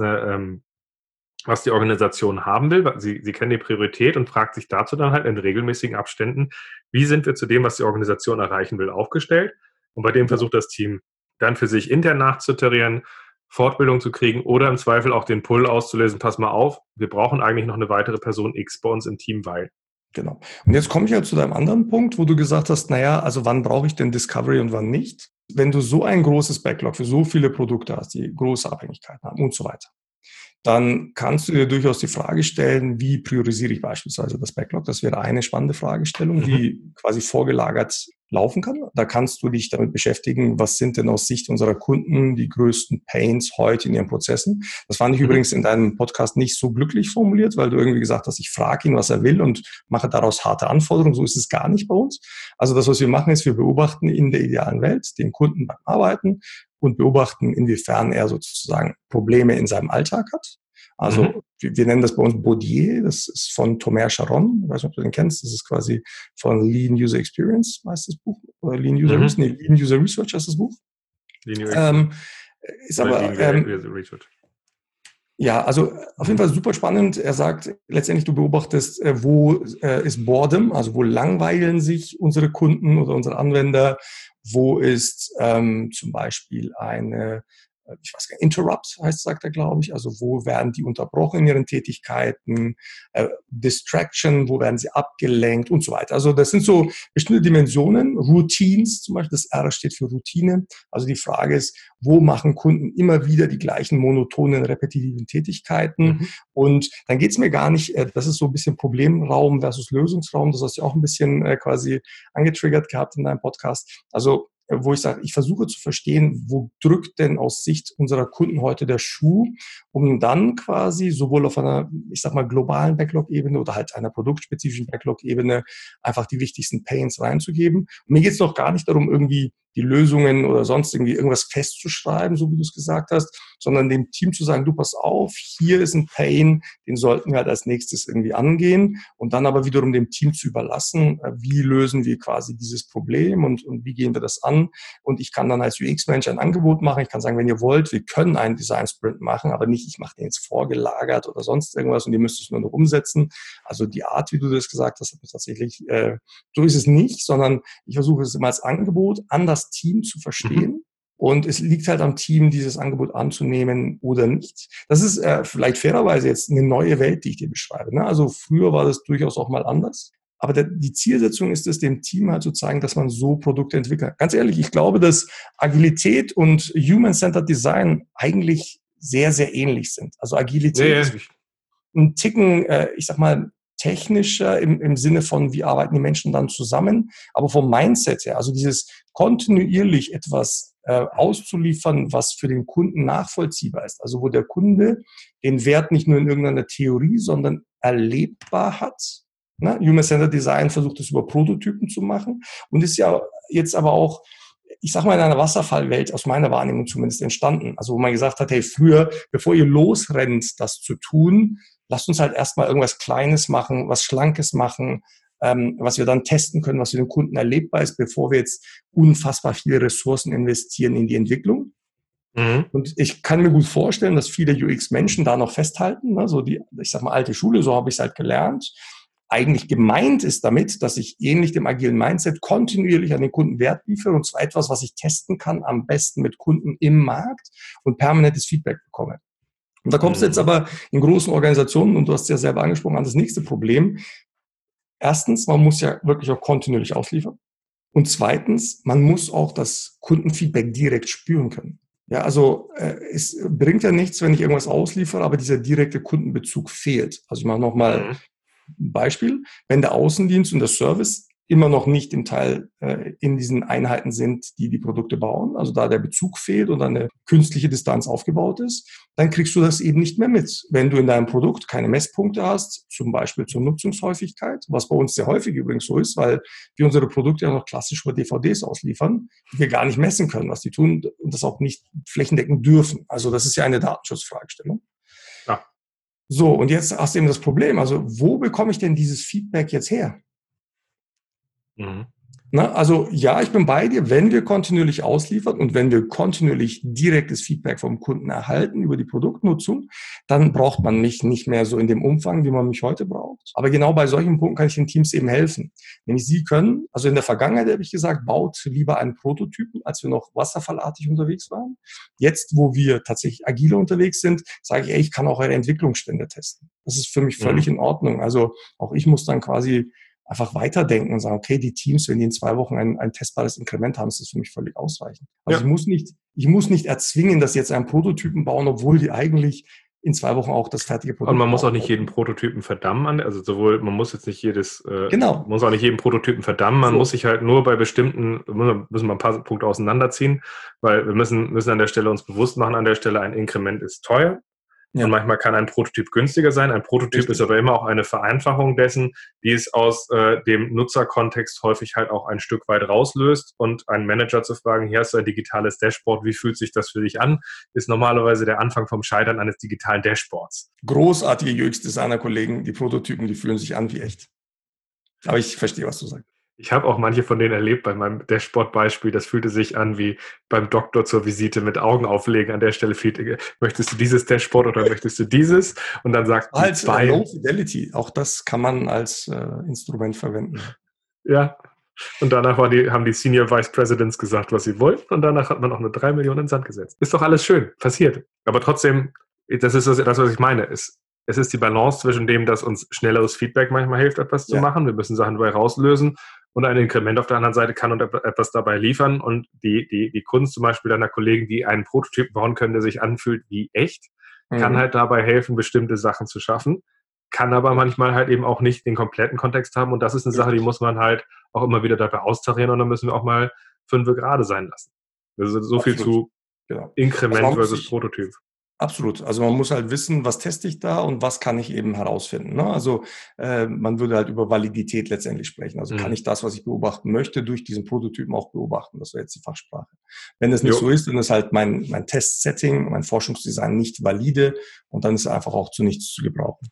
die Organisation haben will. Sie kennen die Priorität und fragt sich dazu dann halt in regelmäßigen Abständen, wie sind wir zu dem, was die Organisation erreichen will, aufgestellt? Und bei dem versucht das Team dann für sich intern nachzutarieren, Fortbildung zu kriegen oder im Zweifel auch den Pull auszulösen, pass mal auf, wir brauchen eigentlich noch eine weitere Person X bei uns im Team, weil. Genau. Und jetzt komme ich halt zu deinem anderen Punkt, wo du gesagt hast, also wann brauche ich denn Discovery und wann nicht? Wenn du so ein großes Backlog für so viele Produkte hast, die große Abhängigkeiten haben und so weiter, dann kannst du dir durchaus die Frage stellen, wie priorisiere ich beispielsweise das Backlog? Das wäre eine spannende Fragestellung, die quasi vorgelagert laufen kann. Da kannst du dich damit beschäftigen, was sind denn aus Sicht unserer Kunden die größten Pains heute in ihren Prozessen? Das fand ich übrigens in deinem Podcast nicht so glücklich formuliert, weil du irgendwie gesagt hast, ich frage ihn, was er will und mache daraus harte Anforderungen. So ist es gar nicht bei uns. Also das, was wir machen, ist, wir beobachten in der idealen Welt den Kunden beim Arbeiten und beobachten, inwiefern er sozusagen Probleme in seinem Alltag hat. Also wir nennen das bei uns Baudier, das ist von Thomas Charon, ich weiß nicht, ob du den kennst, das ist quasi von Lean User Experience, heißt das Buch, oder Lean User Research heißt das Buch. Ist aber Research. Ja, also auf jeden Fall super spannend. Er sagt, letztendlich du beobachtest, wo ist Boredom, also wo langweilen sich unsere Kunden oder unsere Anwender, wo ist zum Beispiel eine Interrupt sagt er, glaube ich. Also wo werden die unterbrochen in ihren Tätigkeiten, Distraction, wo werden sie abgelenkt und so weiter. Also das sind so bestimmte Dimensionen, Routines zum Beispiel, das R steht für Routine. Also die Frage ist, wo machen Kunden immer wieder die gleichen monotonen, repetitiven Tätigkeiten? Und dann geht es mir gar nicht, das ist so ein bisschen Problemraum versus Lösungsraum, das hast du auch ein bisschen quasi angetriggert gehabt in deinem Podcast. Also wo ich sage, ich versuche zu verstehen, wo drückt denn aus Sicht unserer Kunden heute der Schuh, um dann quasi sowohl auf einer, ich sag mal, globalen Backlog-Ebene oder halt einer produktspezifischen Backlog-Ebene einfach die wichtigsten Pains reinzugeben. Und mir geht es doch gar nicht darum, irgendwie die Lösungen oder sonst irgendwie irgendwas festzuschreiben, so wie du es gesagt hast, sondern dem Team zu sagen, du pass auf, hier ist ein Pain, den sollten wir halt als nächstes irgendwie angehen und dann aber wiederum dem Team zu überlassen, wie lösen wir quasi dieses Problem und wie gehen wir das an. Und ich kann dann als UX-Mensch ein Angebot machen, ich kann sagen, wenn ihr wollt, wir können einen Design-Sprint machen, aber nicht, ich mache den jetzt vorgelagert oder sonst irgendwas und ihr müsst es nur noch umsetzen. Also die Art, wie du das gesagt hast, hat mir tatsächlich, so ist es nicht, sondern ich versuche es immer als Angebot an das Team zu verstehen. Und es liegt halt am Team, dieses Angebot anzunehmen oder nicht. Das ist vielleicht fairerweise jetzt eine neue Welt, die ich dir beschreibe. Ne? Also früher war das durchaus auch mal anders. Aber die Zielsetzung ist es, dem Team halt zu zeigen, dass man so Produkte entwickelt. Ganz ehrlich, ich glaube, dass Agilität und Human-Centered Design eigentlich sehr, sehr ähnlich sind. Also Agilität ist ein Ticken, ich sag mal, technischer im Sinne von, wie arbeiten die Menschen dann zusammen, aber vom Mindset her, also dieses kontinuierlich etwas auszuliefern, was für den Kunden nachvollziehbar ist, also wo der Kunde den Wert nicht nur in irgendeiner Theorie, sondern erlebbar hat. Ne? Human-Centered Design versucht es über Prototypen zu machen und ist ja jetzt aber auch, ich sag mal, in einer Wasserfallwelt, aus meiner Wahrnehmung zumindest, entstanden. Also wo man gesagt hat, hey, früher, bevor ihr losrennt, das zu tun, lasst uns halt erstmal irgendwas Kleines machen, was Schlankes machen, was wir dann testen können, was für den Kunden erlebbar ist, bevor wir jetzt unfassbar viele Ressourcen investieren in die Entwicklung. Und ich kann mir gut vorstellen, dass viele UX-Menschen da noch festhalten, ne? So die, ich sag mal, alte Schule, so habe ich es halt gelernt. eigentlich gemeint ist damit, dass ich ähnlich dem agilen Mindset kontinuierlich an den Kunden Wert liefere, und zwar etwas, was ich testen kann, am besten mit Kunden im Markt und permanentes Feedback bekomme. Und da kommst du jetzt aber in großen Organisationen, und du hast es ja selber angesprochen, an das nächste Problem. Erstens, man muss ja wirklich auch kontinuierlich ausliefern. Und zweitens, man muss auch das Kundenfeedback direkt spüren können. Ja, also es bringt ja nichts, wenn ich irgendwas ausliefere, aber dieser direkte Kundenbezug fehlt. Also ich mache nochmal ein Beispiel. Wenn der Außendienst und der Service immer noch nicht im Teil in diesen Einheiten sind, die die Produkte bauen, also da der Bezug fehlt und eine künstliche Distanz aufgebaut ist, dann kriegst du das eben nicht mehr mit. Wenn du in deinem Produkt keine Messpunkte hast, zum Beispiel zur Nutzungshäufigkeit, was bei uns sehr häufig übrigens so ist, weil wir unsere Produkte ja noch klassisch über DVDs ausliefern, die wir gar nicht messen können, was die tun und das auch nicht flächendeckend dürfen. Also das ist ja eine Datenschutzfragestellung. Ja. So, und jetzt hast du eben das Problem, also wo bekomme ich denn dieses Feedback jetzt her? Na, also ja, ich bin bei dir, wenn wir kontinuierlich ausliefern und wenn wir kontinuierlich direktes Feedback vom Kunden erhalten über die Produktnutzung, dann braucht man mich nicht mehr so in dem Umfang, wie man mich heute braucht. Aber genau bei solchen Punkten kann ich den Teams eben helfen. Nämlich sie können, also in der Vergangenheit habe ich gesagt, baut lieber einen Prototypen, als wir noch wasserfallartig unterwegs waren. Jetzt, wo wir tatsächlich agiler unterwegs sind, sage ich, ich kann auch eure Entwicklungsstände testen. Das ist für mich völlig in Ordnung. Also auch ich muss dann quasi einfach weiterdenken und sagen, okay, die Teams, wenn die in 2 Wochen ein testbares Inkrement haben, ist das für mich völlig ausreichend. Also ich muss nicht erzwingen, dass sie jetzt einen Prototypen bauen, obwohl die eigentlich in 2 Wochen auch das fertige Produkt Und man muss bauen. auch nicht jeden Prototypen verdammen, also sowohl, man muss jetzt nicht Genau. muss auch nicht jeden Prototypen verdammen, man muss sich halt nur bei bestimmten, müssen wir ein paar Punkte auseinanderziehen, weil wir müssen an der Stelle uns bewusst machen, an der Stelle ein Inkrement ist teuer. Ja. Und manchmal kann ein Prototyp günstiger sein. Ein Prototyp ist aber immer auch eine Vereinfachung dessen, die es aus dem Nutzerkontext häufig halt auch ein Stück weit rauslöst. Und einen Manager zu fragen, hier hast du ein digitales Dashboard, wie fühlt sich das für dich an, ist normalerweise der Anfang vom Scheitern eines digitalen Dashboards. Großartige UX-Designer-Kollegen, die Prototypen, die fühlen sich an wie echt. Aber ich verstehe, was du sagst. Ich habe auch manche von denen erlebt bei meinem Dashboard-Beispiel. Das fühlte sich an wie beim Doktor zur Visite mit Augen auflegen. An der Stelle möchtest du dieses Dashboard oder möchtest du dieses? Und dann sagt halt Low Fidelity. Auch das kann man als Instrument verwenden. Ja. Und danach haben die Senior Vice Presidents gesagt, was sie wollten. Und danach hat man auch nur 3 Millionen in den Sand gesetzt. Ist doch alles schön. Passiert. Aber trotzdem, das ist das, was ich meine. Es ist die Balance zwischen dem, dass uns schnelleres Feedback manchmal hilft, etwas zu machen. Wir müssen Sachen dabei rauslösen. Und ein Inkrement auf der anderen Seite kann etwas dabei liefern. Und die Kunst zum Beispiel deiner Kollegen, die einen Prototyp bauen können, der sich anfühlt wie echt, kann halt dabei helfen, bestimmte Sachen zu schaffen. Kann aber manchmal halt eben auch nicht den kompletten Kontext haben. Und das ist eine Sache, die muss man halt auch immer wieder dabei austarieren. Und dann müssen wir auch mal 5 gerade sein lassen. Also so viel zu Inkrement versus Prototyp. Absolut. Also man muss halt wissen, was teste ich da und was kann ich eben herausfinden. Ne? Also man würde halt über Validität letztendlich sprechen. Also kann ich das, was ich beobachten möchte, durch diesen Prototypen auch beobachten. Das wäre jetzt die Fachsprache. Wenn das nicht so ist, dann ist halt mein Testsetting, mein Forschungsdesign nicht valide und dann ist es einfach auch zu nichts zu gebrauchen.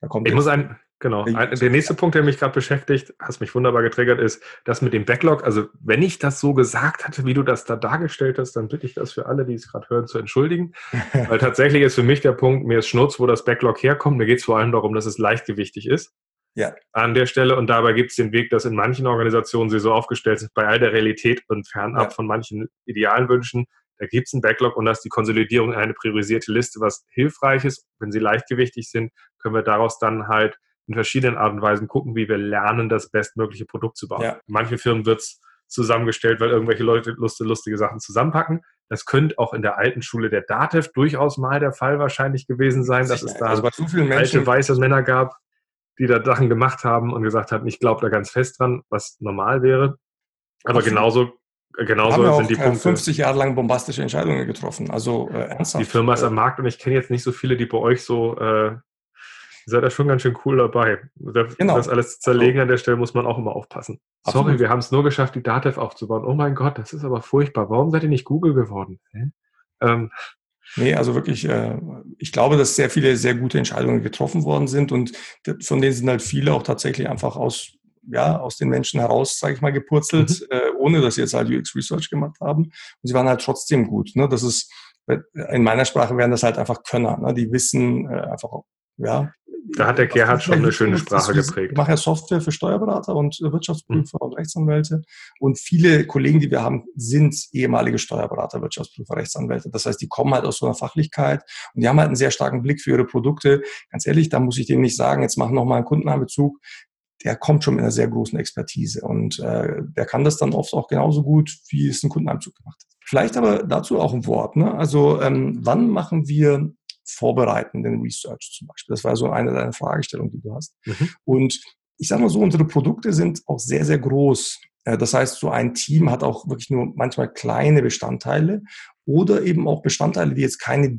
Der nächste Punkt, der mich gerade beschäftigt, hast mich wunderbar getriggert, ist das mit dem Backlog. Also wenn ich das so gesagt hatte, wie du das da dargestellt hast, dann bitte ich das für alle, die es gerade hören, zu entschuldigen. Weil tatsächlich ist für mich der Punkt, mir ist Schnurz, wo das Backlog herkommt. Mir geht es vor allem darum, dass es leichtgewichtig ist. Ja. An der Stelle. Und dabei gibt es den Weg, dass in manchen Organisationen sie so aufgestellt sind, bei all der Realität und fernab von manchen idealen Wünschen, da gibt es einen Backlog und da ist die Konsolidierung in eine priorisierte Liste, was hilfreich ist. Wenn sie leichtgewichtig sind, können wir daraus dann halt in verschiedenen Arten und Weisen gucken, wie wir lernen, das bestmögliche Produkt zu bauen. Ja. In manchen Firmen wird es zusammengestellt, weil irgendwelche Leute lustige Sachen zusammenpacken. Das könnte auch in der alten Schule der DATEV durchaus mal der Fall wahrscheinlich gewesen sein, dass es da alte weiße Männer gab, die da Sachen gemacht haben und gesagt haben, ich glaube da ganz fest dran, was normal wäre. Aber genauso sind die Punkte. 50 Jahre lang bombastische Entscheidungen getroffen. Also ernsthaft. Die Firma ist am Markt und ich kenne jetzt nicht so viele, die bei euch so, ihr seid da schon ganz schön cool dabei. Das alles zerlegen an der Stelle muss man auch immer aufpassen. Absolut. Sorry, wir haben es nur geschafft, die DATEV aufzubauen. Oh mein Gott, das ist aber furchtbar. Warum seid ihr nicht Google geworden? Nee, also wirklich, ich glaube, dass sehr viele sehr gute Entscheidungen getroffen worden sind und von denen sind halt viele auch tatsächlich einfach aus den Menschen heraus, sage ich mal, gepurzelt, ohne dass sie jetzt halt UX Research gemacht haben. Und sie waren halt trotzdem gut. Ne? Das ist, in meiner Sprache wären das halt einfach Könner. Ne? Die wissen einfach, Da hat der Gerhard schon eine schöne Sprache geprägt. Ich mache ja Software für Steuerberater und Wirtschaftsprüfer und Rechtsanwälte. Und viele Kollegen, die wir haben, sind ehemalige Steuerberater, Wirtschaftsprüfer, Rechtsanwälte. Das heißt, die kommen halt aus so einer Fachlichkeit und die haben halt einen sehr starken Blick für ihre Produkte. Ganz ehrlich, da muss ich denen nicht sagen, jetzt machen wir nochmal einen Kundeneinbezug. Der kommt schon mit einer sehr großen Expertise und der kann das dann oft auch genauso gut, wie es ein Kundeneinbezug gemacht hat. Vielleicht aber dazu auch ein Wort. Ne? Also wann machen wir vorbereitenden Research zum Beispiel? Das war so eine deiner Fragestellungen, die du hast. Und ich sage mal so, unsere Produkte sind auch sehr, sehr groß. Das heißt, so ein Team hat auch wirklich nur manchmal kleine Bestandteile oder eben auch Bestandteile, die jetzt keine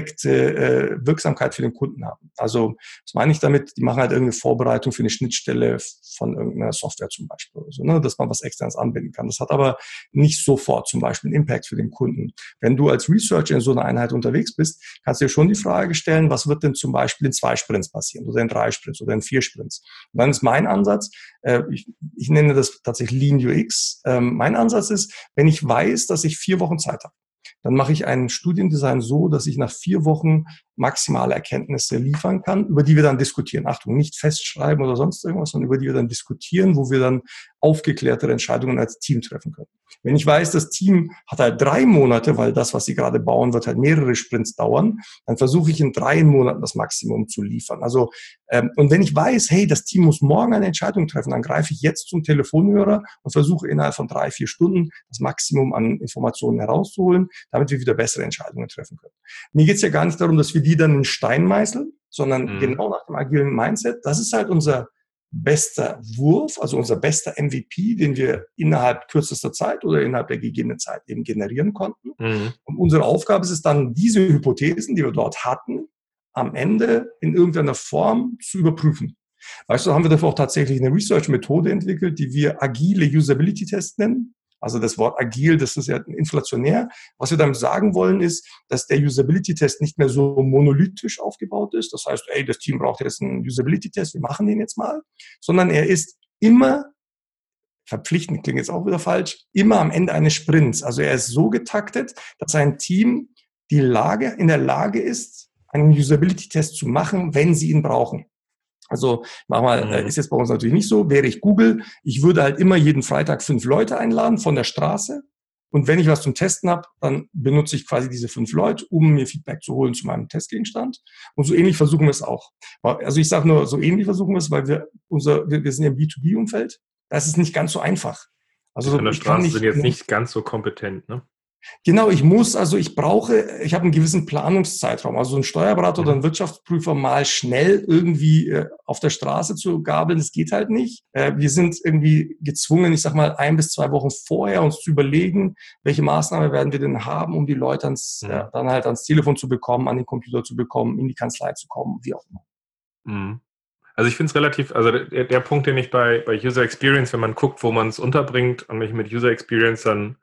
direkte Wirksamkeit für den Kunden haben. Also was meine ich damit? Die machen halt irgendeine Vorbereitung für eine Schnittstelle von irgendeiner Software zum Beispiel, oder so, ne? Dass man was Externes anbinden kann. Das hat aber nicht sofort zum Beispiel einen Impact für den Kunden. Wenn du als Researcher in so einer Einheit unterwegs bist, kannst du dir schon die Frage stellen, was wird denn zum Beispiel in 2 Sprints passieren oder in 3 Sprints oder in 4 Sprints? Und dann ist mein Ansatz, ich nenne das tatsächlich Lean UX. Mein Ansatz ist, wenn ich weiß, dass ich 4 Wochen Zeit habe, dann mache ich ein Studiendesign so, dass ich nach 4 Wochen maximale Erkenntnisse liefern kann, über die wir dann diskutieren. Achtung, nicht festschreiben oder sonst irgendwas, sondern über die wir dann diskutieren, wo wir dann aufgeklärtere Entscheidungen als Team treffen können. Wenn ich weiß, das Team hat halt 3 Monate, weil das, was sie gerade bauen, wird halt mehrere Sprints dauern, dann versuche ich in 3 Monaten das Maximum zu liefern. Also und wenn ich weiß, hey, das Team muss morgen eine Entscheidung treffen, dann greife ich jetzt zum Telefonhörer und versuche innerhalb von 3, 4 Stunden das Maximum an Informationen herauszuholen, damit wir wieder bessere Entscheidungen treffen können. Mir geht es ja gar nicht darum, dass wir die dann in Stein meißeln, sondern genau nach dem agilen Mindset. Das ist halt unser bester Wurf, also unser bester MVP, den wir innerhalb kürzester Zeit oder innerhalb der gegebenen Zeit eben generieren konnten. Und unsere Aufgabe ist es dann, diese Hypothesen, die wir dort hatten, am Ende in irgendeiner Form zu überprüfen. Weißt du, haben wir dafür auch tatsächlich eine Research-Methode entwickelt, die wir agile Usability-Tests nennen. Also das Wort agil, das ist ja inflationär. Was wir damit sagen wollen, ist, dass der Usability-Test nicht mehr so monolithisch aufgebaut ist. Das heißt, das Team braucht jetzt einen Usability-Test, wir machen den jetzt mal. Sondern er ist immer, verpflichtend klingt jetzt auch wieder falsch, immer am Ende eines Sprints. Also er ist so getaktet, dass ein Team in der Lage ist, einen Usability-Test zu machen, wenn sie ihn brauchen. Also ist jetzt bei uns natürlich nicht so, wäre ich Google, ich würde halt immer jeden Freitag 5 Leute einladen von der Straße und wenn ich was zum Testen habe, dann benutze ich quasi diese 5 Leute, um mir Feedback zu holen zu meinem Testgegenstand und so ähnlich versuchen wir es auch. Also ich sage nur, so ähnlich versuchen wir es, weil wir sind ja im B2B-Umfeld, da ist es nicht ganz so einfach. Also die von der Straße sind jetzt nicht ganz so kompetent, ne? Genau, ich habe einen gewissen Planungszeitraum. Also ein Steuerberater oder ein Wirtschaftsprüfer mal schnell irgendwie auf der Straße zu gabeln, das geht halt nicht. Wir sind irgendwie gezwungen, 1 bis 2 Wochen vorher uns zu überlegen, welche Maßnahme werden wir denn haben, um die Leute dann halt ans Telefon zu bekommen, an den Computer zu bekommen, in die Kanzlei zu kommen, wie auch immer. Also ich finde es relativ, also der Punkt, den ich bei User Experience, wenn man guckt, wo man es unterbringt und mich mit User Experience dann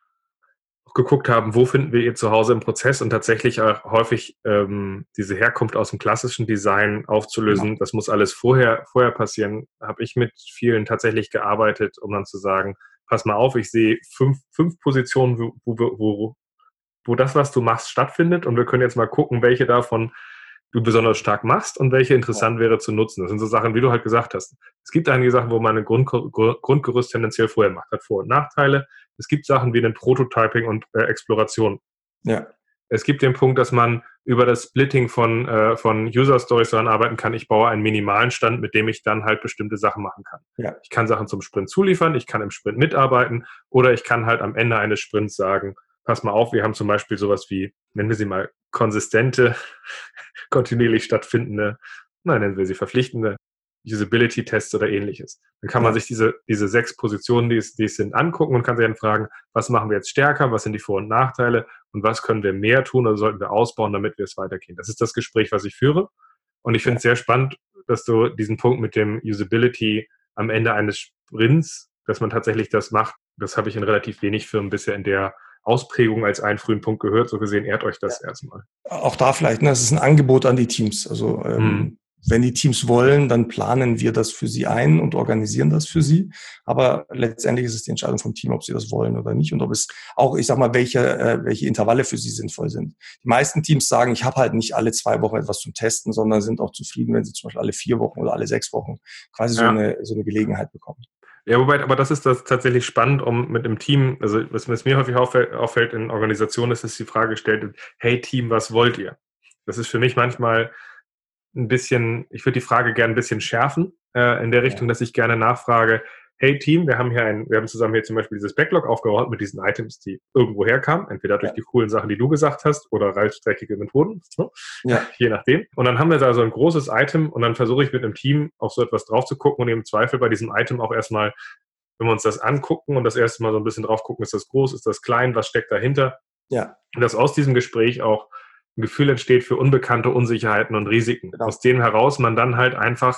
geguckt haben, wo finden wir ihr Zuhause im Prozess und tatsächlich auch häufig diese Herkunft aus dem klassischen Design aufzulösen. Ja. Das muss alles vorher passieren, habe ich mit vielen tatsächlich gearbeitet, um dann zu sagen, pass mal auf, ich sehe 5 Positionen, wo das, was du machst, stattfindet und wir können jetzt mal gucken, welche davon du besonders stark machst und welche interessant wäre zu nutzen. Das sind so Sachen, wie du halt gesagt hast. Es gibt einige Sachen, wo man ein Grundgerüst tendenziell vorher macht, hat Vor- und Nachteile. Es gibt Sachen wie ein Prototyping und Exploration. Ja. Es gibt den Punkt, dass man über das Splitting von User-Stories daran arbeiten kann. Ich baue einen minimalen Stand, mit dem ich dann halt bestimmte Sachen machen kann. Ja. Ich kann Sachen zum Sprint zuliefern, ich kann im Sprint mitarbeiten oder ich kann halt am Ende eines Sprints sagen, pass mal auf, wir haben zum Beispiel sowas wie, nennen wir sie mal, konsistente, kontinuierlich stattfindende, nennen wir sie verpflichtende Usability-Tests oder ähnliches. Dann kann man sich diese 6 Positionen, die es sind, angucken und kann sich dann fragen, was machen wir jetzt stärker, was sind die Vor- und Nachteile und was können wir mehr tun oder sollten wir ausbauen, damit wir es weitergehen. Das ist das Gespräch, was ich führe. Und ich finde es sehr spannend, dass du diesen Punkt mit dem Usability am Ende eines Sprints, dass man tatsächlich das macht, das habe ich in relativ wenig Firmen bisher in der Ausprägung als einen frühen Punkt gehört. So gesehen ehrt euch das erstmal. Auch da vielleicht, es ist ein Angebot an die Teams. Also wenn die Teams wollen, dann planen wir das für sie ein und organisieren das für sie. Aber letztendlich ist es die Entscheidung vom Team, ob sie das wollen oder nicht und ob es auch, ich sag mal, welche Intervalle für sie sinnvoll sind. Die meisten Teams sagen, ich habe halt nicht alle 2 Wochen etwas zum Testen, sondern sind auch zufrieden, wenn sie zum Beispiel alle 4 Wochen oder alle 6 Wochen quasi so eine Gelegenheit bekommen. Ja, wobei, aber das ist tatsächlich spannend, um mit dem Team, also was mir häufig auffällt in Organisationen, ist, dass die Frage gestellt wird, hey Team, was wollt ihr? Das ist für mich manchmal ein bisschen, ich würde die Frage gerne ein bisschen schärfen, in der Richtung, dass ich gerne nachfrage, hey Team, wir haben zusammen hier zum Beispiel dieses Backlog aufgebaut mit diesen Items, die irgendwo herkamen, entweder durch die coolen Sachen, die du gesagt hast, oder reißstreckige Methoden, je nachdem. Und dann haben wir da so ein großes Item und dann versuche ich mit einem Team auf so etwas drauf zu gucken und im Zweifel bei diesem Item auch erstmal, wenn wir uns das angucken und das erste Mal so ein bisschen drauf gucken, ist das groß, ist das klein, was steckt dahinter? Ja. Und dass aus diesem Gespräch auch ein Gefühl entsteht für unbekannte Unsicherheiten und Risiken. Genau. Aus denen heraus man dann halt einfach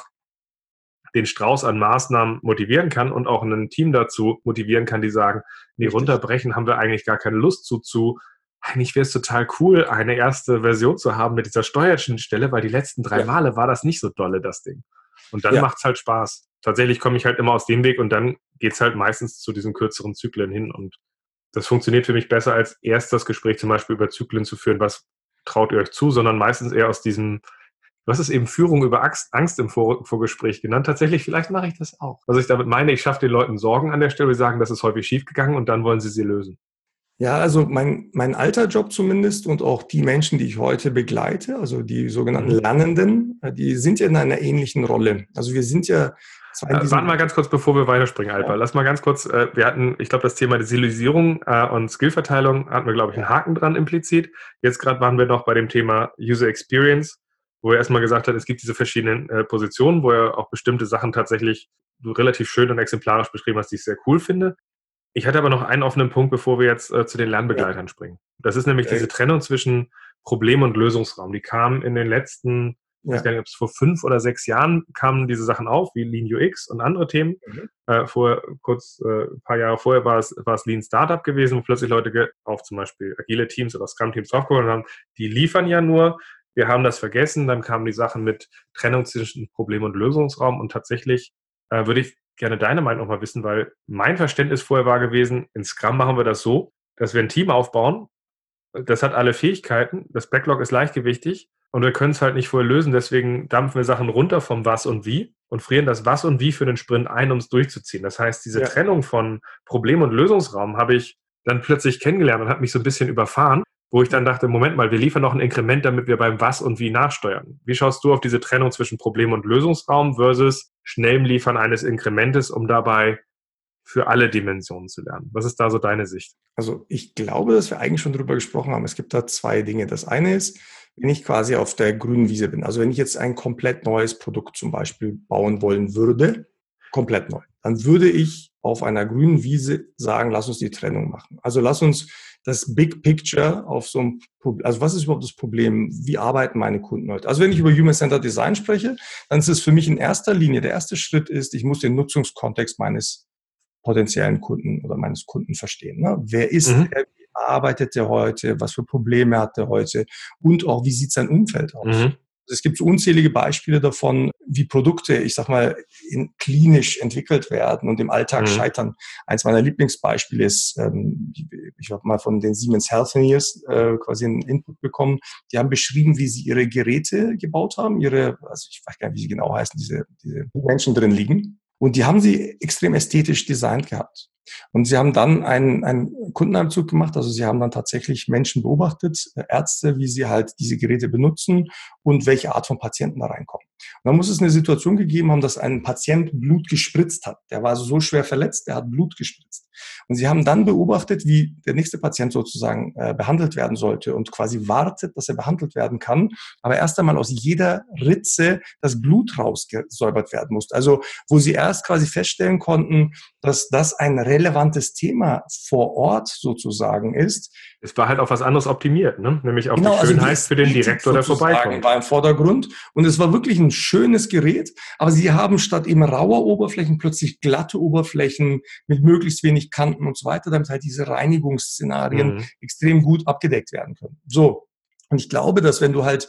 den Strauß an Maßnahmen motivieren kann und auch ein Team dazu motivieren kann, die sagen, nee, runterbrechen haben wir eigentlich gar keine Lust zu. Eigentlich wäre es total cool, eine erste Version zu haben mit dieser Steuerschnittstelle, weil die letzten 3 Male war das nicht so dolle, das Ding. Und dann macht's halt Spaß. Tatsächlich komme ich halt immer aus dem Weg und dann geht's halt meistens zu diesen kürzeren Zyklen hin und das funktioniert für mich besser, als erst das Gespräch zum Beispiel über Zyklen zu führen, was traut ihr euch zu, sondern meistens eher aus diesem, du hast es eben Führung über Angst im Vorgespräch genannt. Tatsächlich, vielleicht mache ich das auch. Was ich damit meine, ich schaffe den Leuten Sorgen an der Stelle, wir sagen, das ist häufig schiefgegangen und dann wollen sie lösen. Ja, also mein alter Job zumindest und auch die Menschen, die ich heute begleite, also die sogenannten Lernenden, die sind ja in einer ähnlichen Rolle. Also wir sind ja Warten mal ganz kurz, bevor wir weiterspringen, Alper. Lass mal ganz kurz, wir hatten, ich glaube, das Thema der Siloisierung und Skillverteilung hatten wir, glaube ich, einen Haken dran implizit. Jetzt gerade waren wir noch bei dem Thema User Experience, wo er erstmal gesagt hat, es gibt diese verschiedenen Positionen, wo er auch bestimmte Sachen tatsächlich relativ schön und exemplarisch beschrieben hast, die ich sehr cool finde. Ich hatte aber noch einen offenen Punkt, bevor wir jetzt zu den Lernbegleitern springen. Das ist nämlich diese Trennung zwischen Problem und Lösungsraum. Die kam in den letzten, ich weiß gar nicht, ob es vor 5 oder 6 Jahren kamen diese Sachen auf, wie Lean UX und andere Themen. Ein paar Jahre vorher war es Lean Startup gewesen, wo plötzlich Leute auf zum Beispiel agile Teams oder Scrum-Teams draufgekommen haben, die liefern ja nur. Wir haben das vergessen, dann kamen die Sachen mit Trennung zwischen Problem und Lösungsraum und tatsächlich würde ich gerne deine Meinung noch mal wissen, weil mein Verständnis vorher war gewesen, in Scrum machen wir das so, dass wir ein Team aufbauen, das hat alle Fähigkeiten, das Backlog ist leichtgewichtig und wir können es halt nicht vorher lösen, deswegen dampfen wir Sachen runter vom Was und Wie und frieren das Was und Wie für den Sprint ein, um es durchzuziehen. Das heißt, diese Trennung von Problem und Lösungsraum habe ich dann plötzlich kennengelernt und hat mich so ein bisschen überfahren, wo ich dann dachte, Moment mal, wir liefern noch ein Inkrement, damit wir beim Was und Wie nachsteuern. Wie schaust du auf diese Trennung zwischen Problem und Lösungsraum versus schnellem Liefern eines Inkrementes, um dabei für alle Dimensionen zu lernen? Was ist da so deine Sicht? Also ich glaube, dass wir eigentlich schon drüber gesprochen haben. Es gibt da 2 Dinge. Das eine ist, wenn ich quasi auf der grünen Wiese bin, also wenn ich jetzt ein komplett neues Produkt zum Beispiel bauen wollen würde, komplett neu, dann würde ich auf einer grünen Wiese sagen, lass uns die Trennung machen. Also lass uns das Big Picture auf so ein Problem, also was ist überhaupt das Problem? Wie arbeiten meine Kunden heute? Also wenn ich über Human-Centered Design spreche, dann ist es für mich in erster Linie, der erste Schritt ist, ich muss den Nutzungskontext meines potenziellen Kunden oder meines Kunden verstehen. Ne? Wer ist er? Wie arbeitet er heute? Was für Probleme hat er heute? Und auch, wie sieht sein Umfeld aus? Es gibt so unzählige Beispiele davon, wie Produkte, ich sag mal, klinisch entwickelt werden und im Alltag scheitern. Eins meiner Lieblingsbeispiele ist, ich habe mal von den Siemens Healthineers quasi einen Input bekommen. Die haben beschrieben, wie sie ihre Geräte gebaut haben, also ich weiß gar nicht, wie sie genau heißen, diese Menschen drin liegen. Und die haben sie extrem ästhetisch designt gehabt. Und sie haben dann einen Kundenanzug gemacht, also sie haben dann tatsächlich Menschen beobachtet, Ärzte, wie sie halt diese Geräte benutzen und welche Art von Patienten da reinkommen. Und dann muss es eine Situation gegeben haben, dass ein Patient Blut gespritzt hat. Der war also so schwer verletzt, der hat Blut gespritzt. Und sie haben dann beobachtet, wie der nächste Patient sozusagen behandelt werden sollte und quasi wartet, dass er behandelt werden kann, aber erst einmal aus jeder Ritze das Blut rausgesäubert werden muss. Also wo sie erst quasi feststellen konnten, dass das ein relevantes Thema vor Ort sozusagen ist. Es war halt auf was anderes optimiert, ne? Nämlich auf die Schönheit für den Direktor, der vorbeikommt. War im Vordergrund und es war wirklich ein schönes Gerät, aber sie haben statt eben rauer Oberflächen plötzlich glatte Oberflächen mit möglichst wenig Kanten und so weiter, damit halt diese Reinigungsszenarien extrem gut abgedeckt werden können. So, und ich glaube, dass wenn du halt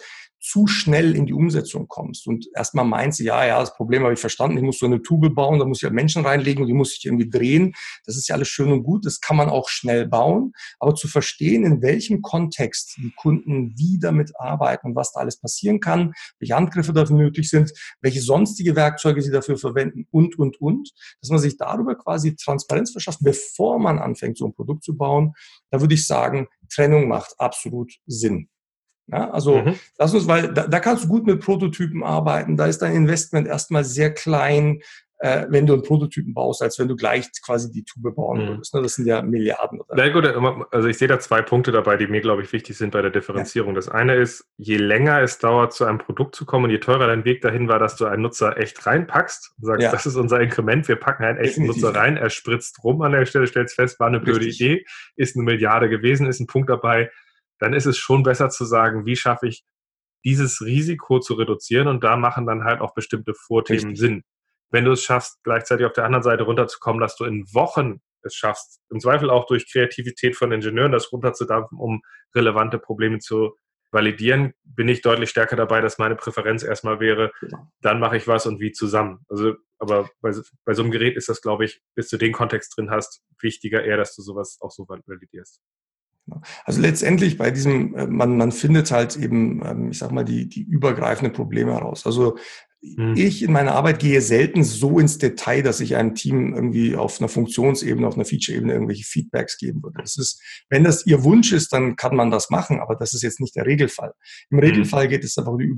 zu schnell in die Umsetzung kommst und erstmal meinst, ja, das Problem habe ich verstanden, ich muss so eine Tube bauen, da muss ich ja Menschen reinlegen und die muss ich irgendwie drehen. Das ist ja alles schön und gut, das kann man auch schnell bauen, aber zu verstehen, in welchem Kontext die Kunden wie damit arbeiten und was da alles passieren kann, welche Angriffe dafür nötig sind, welche sonstige Werkzeuge sie dafür verwenden und, dass man sich darüber quasi Transparenz verschafft, bevor man anfängt, so ein Produkt zu bauen. Da würde ich sagen, Trennung macht absolut Sinn. Ja, also lass uns, weil da kannst du gut mit Prototypen arbeiten, da ist dein Investment erstmal sehr klein, wenn du einen Prototypen baust, als wenn du gleich quasi die Tube bauen würdest. Das sind ja Milliarden. Oder? Na gut, also ich sehe da 2 Punkte dabei, die mir, glaube ich, wichtig sind bei der Differenzierung. Ja. Das eine ist, je länger es dauert, zu einem Produkt zu kommen, je teurer dein Weg dahin war, dass du einen Nutzer echt reinpackst und sagst, das ist unser Inkrement, wir packen einen echten Nutzer rein, er spritzt rum an der Stelle, stellst fest, war eine blöde Idee, ist 1 Milliarde gewesen, ist ein Punkt dabei, dann ist es schon besser zu sagen, wie schaffe ich dieses Risiko zu reduzieren, und da machen dann halt auch bestimmte Vorthemen Sinn. Wenn du es schaffst, gleichzeitig auf der anderen Seite runterzukommen, dass du in Wochen es schaffst, im Zweifel auch durch Kreativität von Ingenieuren das runterzudampfen, um relevante Probleme zu validieren, bin ich deutlich stärker dabei, dass meine Präferenz erstmal wäre, dann mache ich was und wie zusammen. Also, aber bei so einem Gerät ist das, glaube ich, bis du den Kontext drin hast, wichtiger eher, dass du sowas auch so validierst. Also letztendlich bei diesem, man findet halt eben, ich sag mal, die übergreifenden Probleme heraus. Also ich in meiner Arbeit gehe selten so ins Detail, dass ich einem Team irgendwie auf einer Funktionsebene, auf einer Feature-Ebene irgendwelche Feedbacks geben würde. Das ist, wenn das ihr Wunsch ist, dann kann man das machen, aber das ist jetzt nicht der Regelfall. Im Regelfall geht es einfach um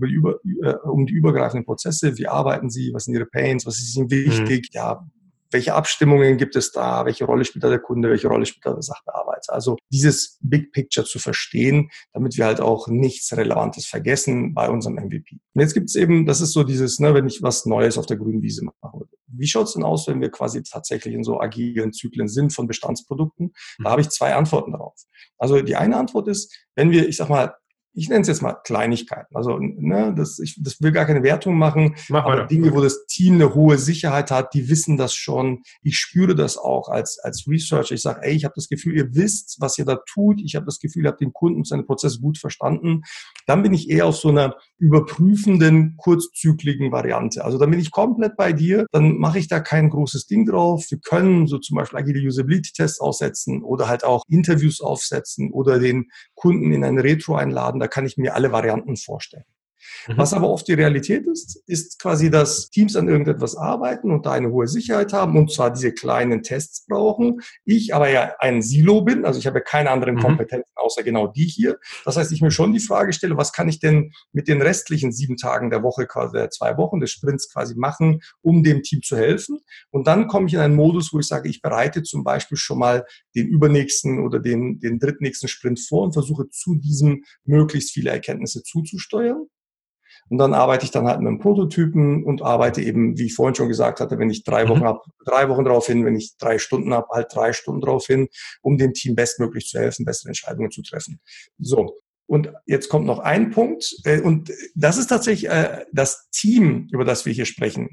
die übergreifenden Prozesse. Wie arbeiten sie? Was sind ihre Pains? Was ist ihnen wichtig? Ja, welche Abstimmungen gibt es da? Welche Rolle spielt da der Kunde? Welche Rolle spielt da der Sachbearbeiter? Also dieses Big Picture zu verstehen, damit wir halt auch nichts Relevantes vergessen bei unserem MVP. Und jetzt gibt es eben, das ist so dieses, wenn ich was Neues auf der grünen Wiese machen würde. Wie schaut es denn aus, wenn wir quasi tatsächlich in so agilen Zyklen sind von Bestandsprodukten? Da habe ich 2 Antworten darauf. Also die eine Antwort ist, wenn wir, ich nenne es jetzt mal Kleinigkeiten. Also, das will gar keine Wertung machen. Aber Dinge, wo das Team eine hohe Sicherheit hat, die wissen das schon. Ich spüre das auch als Researcher. Ich sage, ich habe das Gefühl, ihr wisst, was ihr da tut. Ich habe das Gefühl, ihr habt den Kunden und seine Prozesse gut verstanden. Dann bin ich eher auf so einer überprüfenden, kurzzykligen Variante. Also dann bin ich komplett bei dir. Dann mache ich da kein großes Ding drauf. Wir können so zum Beispiel agile Usability-Tests aussetzen oder halt auch Interviews aufsetzen oder den Kunden in eine Retro einladen. Da kann ich mir alle Varianten vorstellen. Was aber oft die Realität ist quasi, dass Teams an irgendetwas arbeiten und da eine hohe Sicherheit haben und zwar diese kleinen Tests brauchen. Ich aber ja ein Silo bin, also ich habe keine anderen Kompetenzen außer genau die hier. Das heißt, ich mir schon die Frage stelle, was kann ich denn mit den restlichen 7 Tagen der Woche, quasi der 2 Wochen des Sprints quasi machen, um dem Team zu helfen? Und dann komme ich in einen Modus, wo ich sage, ich bereite zum Beispiel schon mal den übernächsten oder den drittnächsten Sprint vor und versuche zu diesem möglichst viele Erkenntnisse zuzusteuern. Und dann arbeite ich dann halt mit einem Prototypen und arbeite eben, wie ich vorhin schon gesagt hatte, wenn ich 3 Wochen habe, 3 Wochen drauf hin, wenn ich 3 Stunden habe, halt 3 Stunden drauf hin, um dem Team bestmöglich zu helfen, bessere Entscheidungen zu treffen. So. Und jetzt kommt noch ein Punkt, und das ist tatsächlich das Team, über das wir hier sprechen,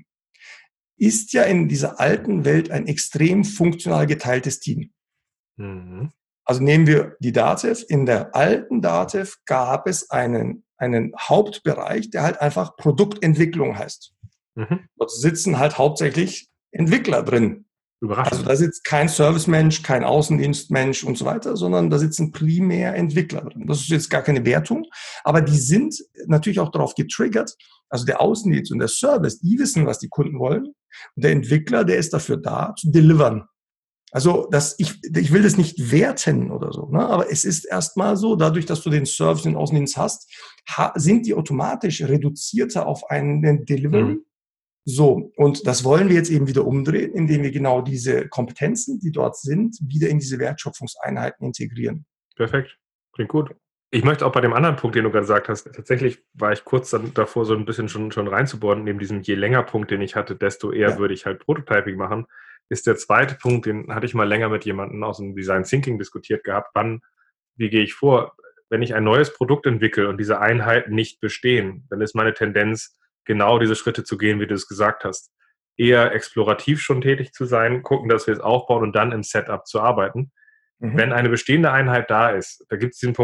ist ja in dieser alten Welt ein extrem funktional geteiltes Team. Also nehmen wir die DATEV. In der alten DATEV gab es einen Hauptbereich, der halt einfach Produktentwicklung heißt. Dort sitzen halt hauptsächlich Entwickler drin. Überraschend. Also da sitzt kein Servicemensch, kein Außendienstmensch und so weiter, sondern da sitzen primär Entwickler drin. Das ist jetzt gar keine Wertung, aber die sind natürlich auch darauf getriggert. Also der Außendienst und der Service, die wissen, was die Kunden wollen. Und der Entwickler, der ist dafür da, zu delivern. Also ich will das nicht werten oder so, aber es ist erstmal so, dadurch, dass du den Service, den Außendienst hast, sind die automatisch reduzierter auf einen Delivery. So, und das wollen wir jetzt eben wieder umdrehen, indem wir genau diese Kompetenzen, die dort sind, wieder in diese Wertschöpfungseinheiten integrieren. Perfekt, klingt gut. Ich möchte auch bei dem anderen Punkt, den du gerade gesagt hast, tatsächlich war ich kurz davor, so ein bisschen schon reinzubohren, neben diesem je länger Punkt, den ich hatte, desto eher würde ich halt Prototyping machen, ist der zweite Punkt, den hatte ich mal länger mit jemandem aus dem Design Thinking diskutiert gehabt. Wie gehe ich vor, wenn ich ein neues Produkt entwickle und diese Einheiten nicht bestehen, dann ist meine Tendenz, genau diese Schritte zu gehen, wie du es gesagt hast. Eher explorativ schon tätig zu sein, gucken, dass wir es aufbauen und dann im Setup zu arbeiten. Wenn eine bestehende Einheit da ist, da gibt es den Punkt,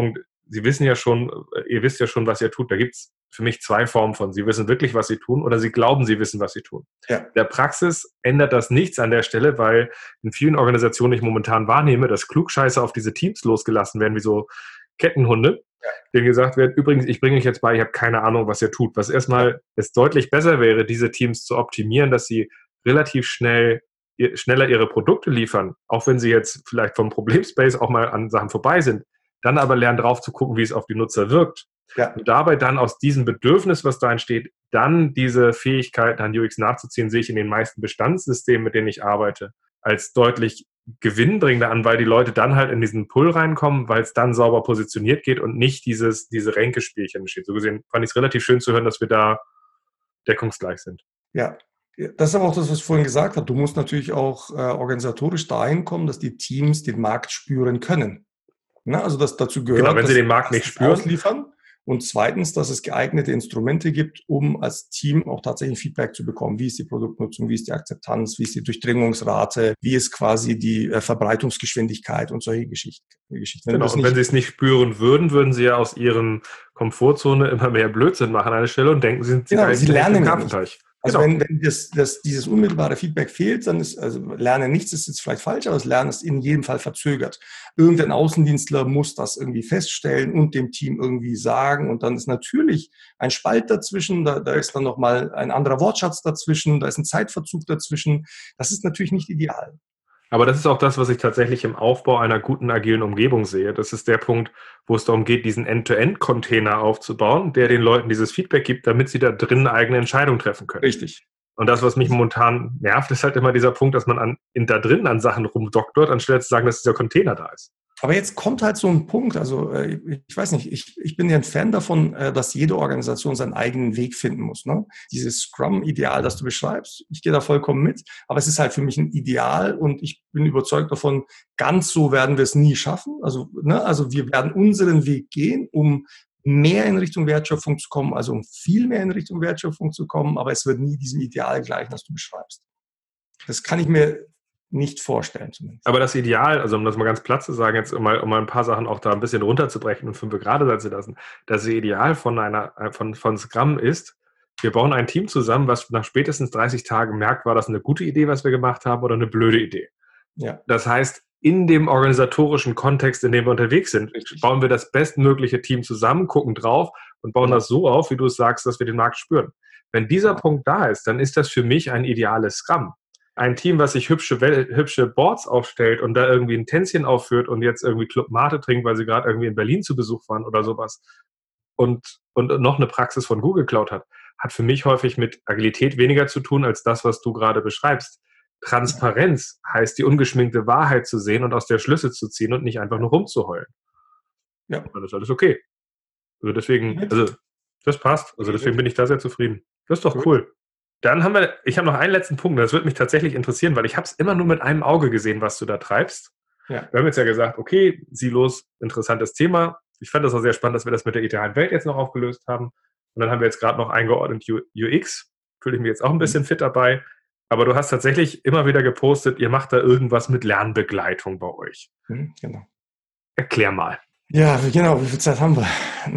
Sie wissen ja schon, ihr wisst ja schon, was ihr tut. Da gibt es für mich 2 Formen von. Sie wissen wirklich, was sie tun, oder sie glauben, sie wissen, was sie tun. Ja. Der Praxis ändert das nichts an der Stelle, weil in vielen Organisationen ich momentan wahrnehme, dass Klugscheißer auf diese Teams losgelassen werden, wie so Kettenhunde, denen gesagt wird, übrigens, ich bringe euch jetzt bei, ich habe keine Ahnung, was ihr tut. Was erstmal es deutlich besser wäre, diese Teams zu optimieren, dass sie relativ schneller ihre Produkte liefern, auch wenn sie jetzt vielleicht vom Problemspace auch mal an Sachen vorbei sind, dann aber lernen drauf zu gucken, wie es auf die Nutzer wirkt. Ja. Und dabei dann aus diesem Bedürfnis, was da entsteht, dann diese Fähigkeit an UX nachzuziehen, sehe ich in den meisten Bestandssystemen, mit denen ich arbeite, als deutlich gewinnbringender an, weil die Leute dann halt in diesen Pull reinkommen, weil es dann sauber positioniert geht und nicht diese Ränkespielchen entsteht. So gesehen fand ich es relativ schön zu hören, dass wir da deckungsgleich sind. Ja. Das ist aber auch das, was ich vorhin gesagt habe. Du musst natürlich auch organisatorisch dahin kommen, dass die Teams den Markt spüren können. Also das dazu gehört, genau, wenn sie den Markt nicht spüren, ausliefern. Und zweitens, dass es geeignete Instrumente gibt, um als Team auch tatsächlich Feedback zu bekommen. Wie ist die Produktnutzung, wie ist die Akzeptanz, wie ist die Durchdringungsrate, wie ist quasi die Verbreitungsgeschwindigkeit und solche Geschichten. Genau, und wenn sie es nicht spüren würden, würden sie ja aus ihren Komfortzone immer mehr Blödsinn machen an der Stelle und denken, sie lernen ja nicht. Also genau. wenn dieses unmittelbare Feedback fehlt, dann ist, also Lernen nichts ist jetzt vielleicht falsch, aber das Lernen ist in jedem Fall verzögert. Irgendein Außendienstler muss das irgendwie feststellen und dem Team irgendwie sagen, und dann ist natürlich ein Spalt dazwischen, da ist dann nochmal ein anderer Wortschatz dazwischen, da ist ein Zeitverzug dazwischen. Das ist natürlich nicht ideal. Aber das ist auch das, was ich tatsächlich im Aufbau einer guten agilen Umgebung sehe. Das ist der Punkt, wo es darum geht, diesen End-to-End-Container aufzubauen, der den Leuten dieses Feedback gibt, damit sie da drin eigene Entscheidungen treffen können. Richtig. Und das, was mich momentan nervt, ist halt immer dieser Punkt, dass man da drin an Sachen rumdoktort, anstelle zu sagen, dass dieser Container da ist. Aber jetzt kommt halt so ein Punkt, also ich weiß nicht, ich bin ja ein Fan davon, dass jede Organisation seinen eigenen Weg finden muss. Ne? Dieses Scrum-Ideal, das du beschreibst, ich gehe da vollkommen mit, aber es ist halt für mich ein Ideal und ich bin überzeugt davon, ganz so werden wir es nie schaffen. Also wir werden unseren Weg gehen, um mehr in Richtung Wertschöpfung zu kommen, also um viel mehr in Richtung Wertschöpfung zu kommen, aber es wird nie diesem Ideal gleichen, das du beschreibst. Das kann ich mir nicht vorstellen zumindest. Aber das Ideal, also um das mal ganz platt zu sagen, jetzt um mal ein paar Sachen auch da ein bisschen runterzubrechen und 5 gerade sein zu lassen, das Ideal von Scrum ist, wir bauen ein Team zusammen, was nach spätestens 30 Tagen merkt, war das eine gute Idee, was wir gemacht haben, oder eine blöde Idee. Ja. Das heißt, in dem organisatorischen Kontext, in dem wir unterwegs sind, bauen wir das bestmögliche Team zusammen, gucken drauf und bauen das so auf, wie du es sagst, dass wir den Markt spüren. Wenn dieser Punkt da ist, dann ist das für mich ein ideales Scrum. Ein Team, was sich hübsche Boards aufstellt und da irgendwie ein Tänzchen aufführt und jetzt irgendwie Club Mate trinkt, weil sie gerade irgendwie in Berlin zu Besuch waren oder sowas und noch eine Praxis von Google Cloud hat für mich häufig mit Agilität weniger zu tun, als das, was du gerade beschreibst. Transparenz heißt, die ungeschminkte Wahrheit zu sehen und aus der Schlüsse zu ziehen und nicht einfach nur rumzuheulen. Ja. Und dann ist alles okay. Also deswegen, das passt. Also deswegen bin ich da sehr zufrieden. Das ist doch cool. Dann ich habe noch einen letzten Punkt, das würde mich tatsächlich interessieren, weil ich habe es immer nur mit einem Auge gesehen, was du da treibst. Ja. Wir haben jetzt ja gesagt, okay, Silos, interessantes Thema. Ich fand das auch sehr spannend, dass wir das mit der idealen Welt jetzt noch aufgelöst haben. Und dann haben wir jetzt gerade noch eingeordnet UX. Fühle ich mich jetzt auch ein bisschen fit dabei. Aber du hast tatsächlich immer wieder gepostet, ihr macht da irgendwas mit Lernbegleitung bei euch. Genau. Erklär mal. Ja, genau. Wie viel Zeit haben wir?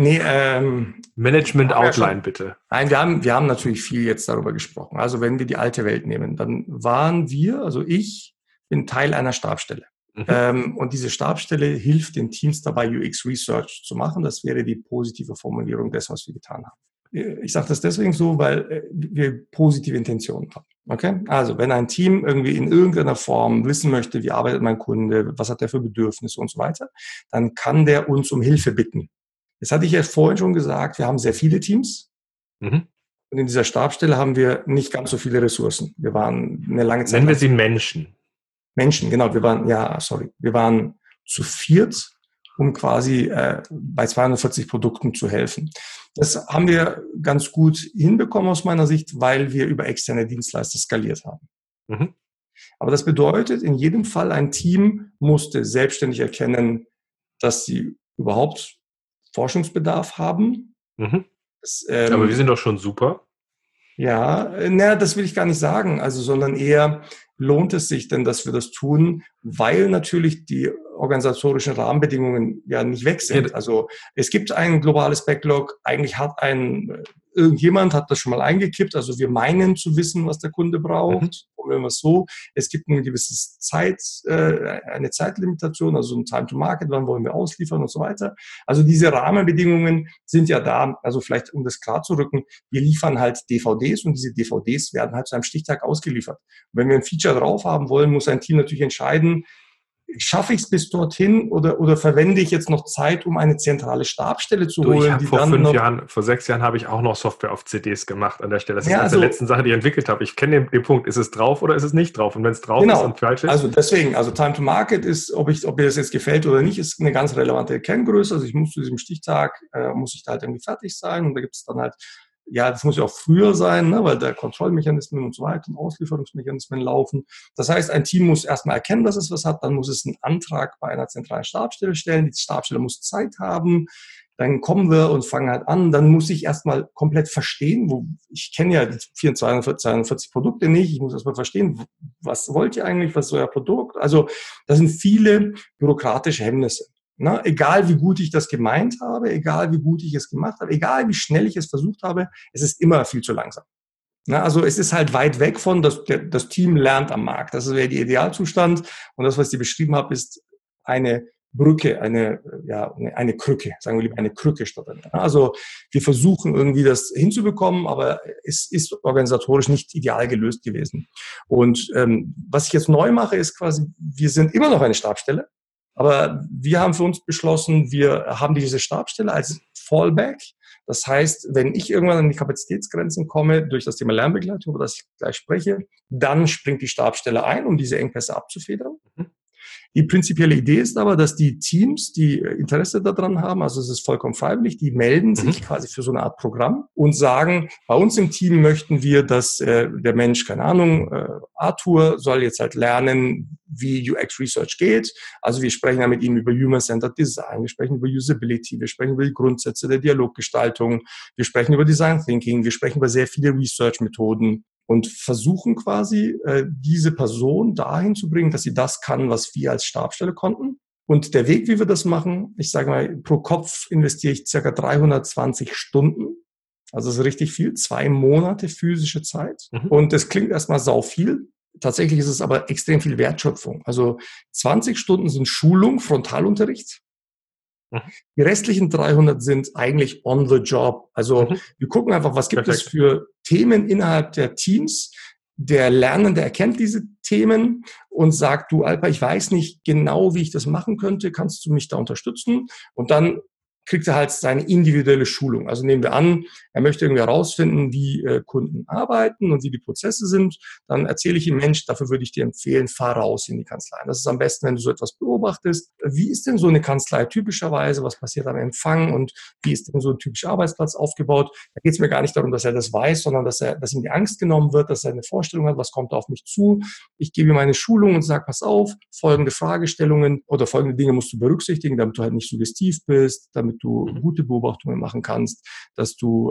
Management Outline, bitte. Nein, wir haben natürlich viel jetzt darüber gesprochen. Also wenn wir die alte Welt nehmen, dann waren wir, also ich bin Teil einer Stabsstelle. Und diese Stabsstelle hilft den Teams dabei, UX Research zu machen. Das wäre die positive Formulierung dessen, was wir getan haben. Ich sage das deswegen so, weil wir positive Intentionen haben. Okay? Also wenn ein Team irgendwie in irgendeiner Form wissen möchte, wie arbeitet mein Kunde, was hat er für Bedürfnisse und so weiter, dann kann der uns um Hilfe bitten. Das hatte ich ja vorhin schon gesagt, wir haben sehr viele Teams. Und in dieser Stabsstelle haben wir nicht ganz so viele Ressourcen. Wir waren eine lange Zeit... Nennen wir sie Menschen. Menschen, genau. Wir waren zu 4, um quasi bei 240 Produkten zu helfen. Das haben wir ganz gut hinbekommen aus meiner Sicht, weil wir über externe Dienstleister skaliert haben. Aber das bedeutet, in jedem Fall, ein Team musste selbstständig erkennen, dass sie überhaupt Forschungsbedarf haben. Aber wir sind doch schon super. Ja, das will ich gar nicht sagen, sondern eher lohnt es sich denn, dass wir das tun, weil natürlich die organisatorischen Rahmenbedingungen ja nicht weg sind. Also es gibt ein globales Backlog, eigentlich irgendjemand hat das schon mal eingekippt, also wir meinen zu wissen, was der Kunde braucht. Wenn wir es so, es gibt eine gewisse eine Zeitlimitation, also ein Time to Market, wann wollen wir ausliefern und so weiter. Also diese Rahmenbedingungen sind ja da, also vielleicht um das klar zu rücken, wir liefern halt DVDs und diese DVDs werden halt zu einem Stichtag ausgeliefert. Und wenn wir ein Feature drauf haben wollen, muss ein Team natürlich entscheiden, schaffe ich es bis dorthin oder verwende ich jetzt noch Zeit, um eine zentrale Stabsstelle zu holen? Vor 6 Jahren habe ich auch noch Software auf CDs gemacht an der Stelle. Das ist eine der letzten Sachen, die ich entwickelt habe. Ich kenne den Punkt, ist es drauf oder ist es nicht drauf? Und wenn es drauf ist und falsch ist? Also deswegen, Time to Market ist, ob mir das jetzt gefällt oder nicht, ist eine ganz relevante Kenngröße. Also ich muss zu diesem Stichtag, muss ich da halt irgendwie fertig sein und da gibt es dann halt, ja, das muss ja auch früher sein, ne, weil da Kontrollmechanismen und so weiter und Auslieferungsmechanismen laufen. Das heißt, ein Team muss erstmal erkennen, dass es was hat, dann muss es einen Antrag bei einer zentralen Stabsstelle stellen. Die Stabsstelle muss Zeit haben. Dann kommen wir und fangen halt an. Dann muss ich erstmal komplett verstehen, ich kenne ja die 42 Produkte nicht. Ich muss erstmal verstehen, was wollt ihr eigentlich, was ist euer Produkt? Also, das sind viele bürokratische Hemmnisse. Na, egal wie gut ich das gemeint habe, egal wie gut ich es gemacht habe, egal wie schnell ich es versucht habe, es ist immer viel zu langsam. Na, also es ist halt weit weg von, das Team lernt am Markt. Das wäre der Idealzustand. Und das, was ich beschrieben habe, ist eine Brücke, eine Krücke, sagen wir lieber eine Krücke statt eine. Also wir versuchen irgendwie das hinzubekommen, aber es ist organisatorisch nicht ideal gelöst gewesen. Und was ich jetzt neu mache, ist quasi, wir sind immer noch eine Stabsstelle. Aber wir haben für uns beschlossen, wir haben diese Stabsstelle als Fallback. Das heißt, wenn ich irgendwann an die Kapazitätsgrenzen komme, durch das Thema Lernbegleitung, über das ich gleich spreche, dann springt die Stabsstelle ein, um diese Engpässe abzufedern. Die prinzipielle Idee ist aber, dass die Teams, die Interesse daran haben, also es ist vollkommen freiwillig, die melden sich quasi für so eine Art Programm und sagen, bei uns im Team möchten wir, dass der Mensch, keine Ahnung, Arthur soll jetzt halt lernen, wie UX Research geht. Also wir sprechen ja mit ihm über Human-Centered Design, wir sprechen über Usability, wir sprechen über die Grundsätze der Dialoggestaltung, wir sprechen über Design Thinking, wir sprechen über sehr viele Research-Methoden und versuchen quasi, diese Person dahin zu bringen, dass sie das kann, was wir als Stabsstelle konnten. Und der Weg, wie wir das machen, ich sage mal, pro Kopf investiere ich ca. 320 Stunden. Also das ist richtig viel, 2 Monate physische Zeit. Und das klingt erstmal sau viel. Tatsächlich ist es aber extrem viel Wertschöpfung. Also 20 Stunden sind Schulung, Frontalunterricht. Die restlichen 300 sind eigentlich on the job. Also wir gucken einfach, was gibt es für Themen innerhalb der Teams. Der Lernende erkennt diese Themen und sagt, du Alper, ich weiß nicht genau, wie ich das machen könnte. Kannst du mich da unterstützen? Und dann kriegt er halt seine individuelle Schulung. Also nehmen wir an, er möchte irgendwie herausfinden, wie Kunden arbeiten und wie die Prozesse sind. Dann erzähle ich ihm, Mensch, dafür würde ich dir empfehlen, fahr raus in die Kanzlei. Das ist am besten, wenn du so etwas beobachtest. Wie ist denn so eine Kanzlei typischerweise? Was passiert am Empfang? Und wie ist denn so ein typischer Arbeitsplatz aufgebaut? Da geht es mir gar nicht darum, dass er das weiß, sondern dass ihm die Angst genommen wird, dass er eine Vorstellung hat, was kommt da auf mich zu. Ich gebe ihm eine Schulung und sage, pass auf, folgende Fragestellungen oder folgende Dinge musst du berücksichtigen, damit du halt nicht suggestiv bist, damit du gute Beobachtungen machen kannst, dass du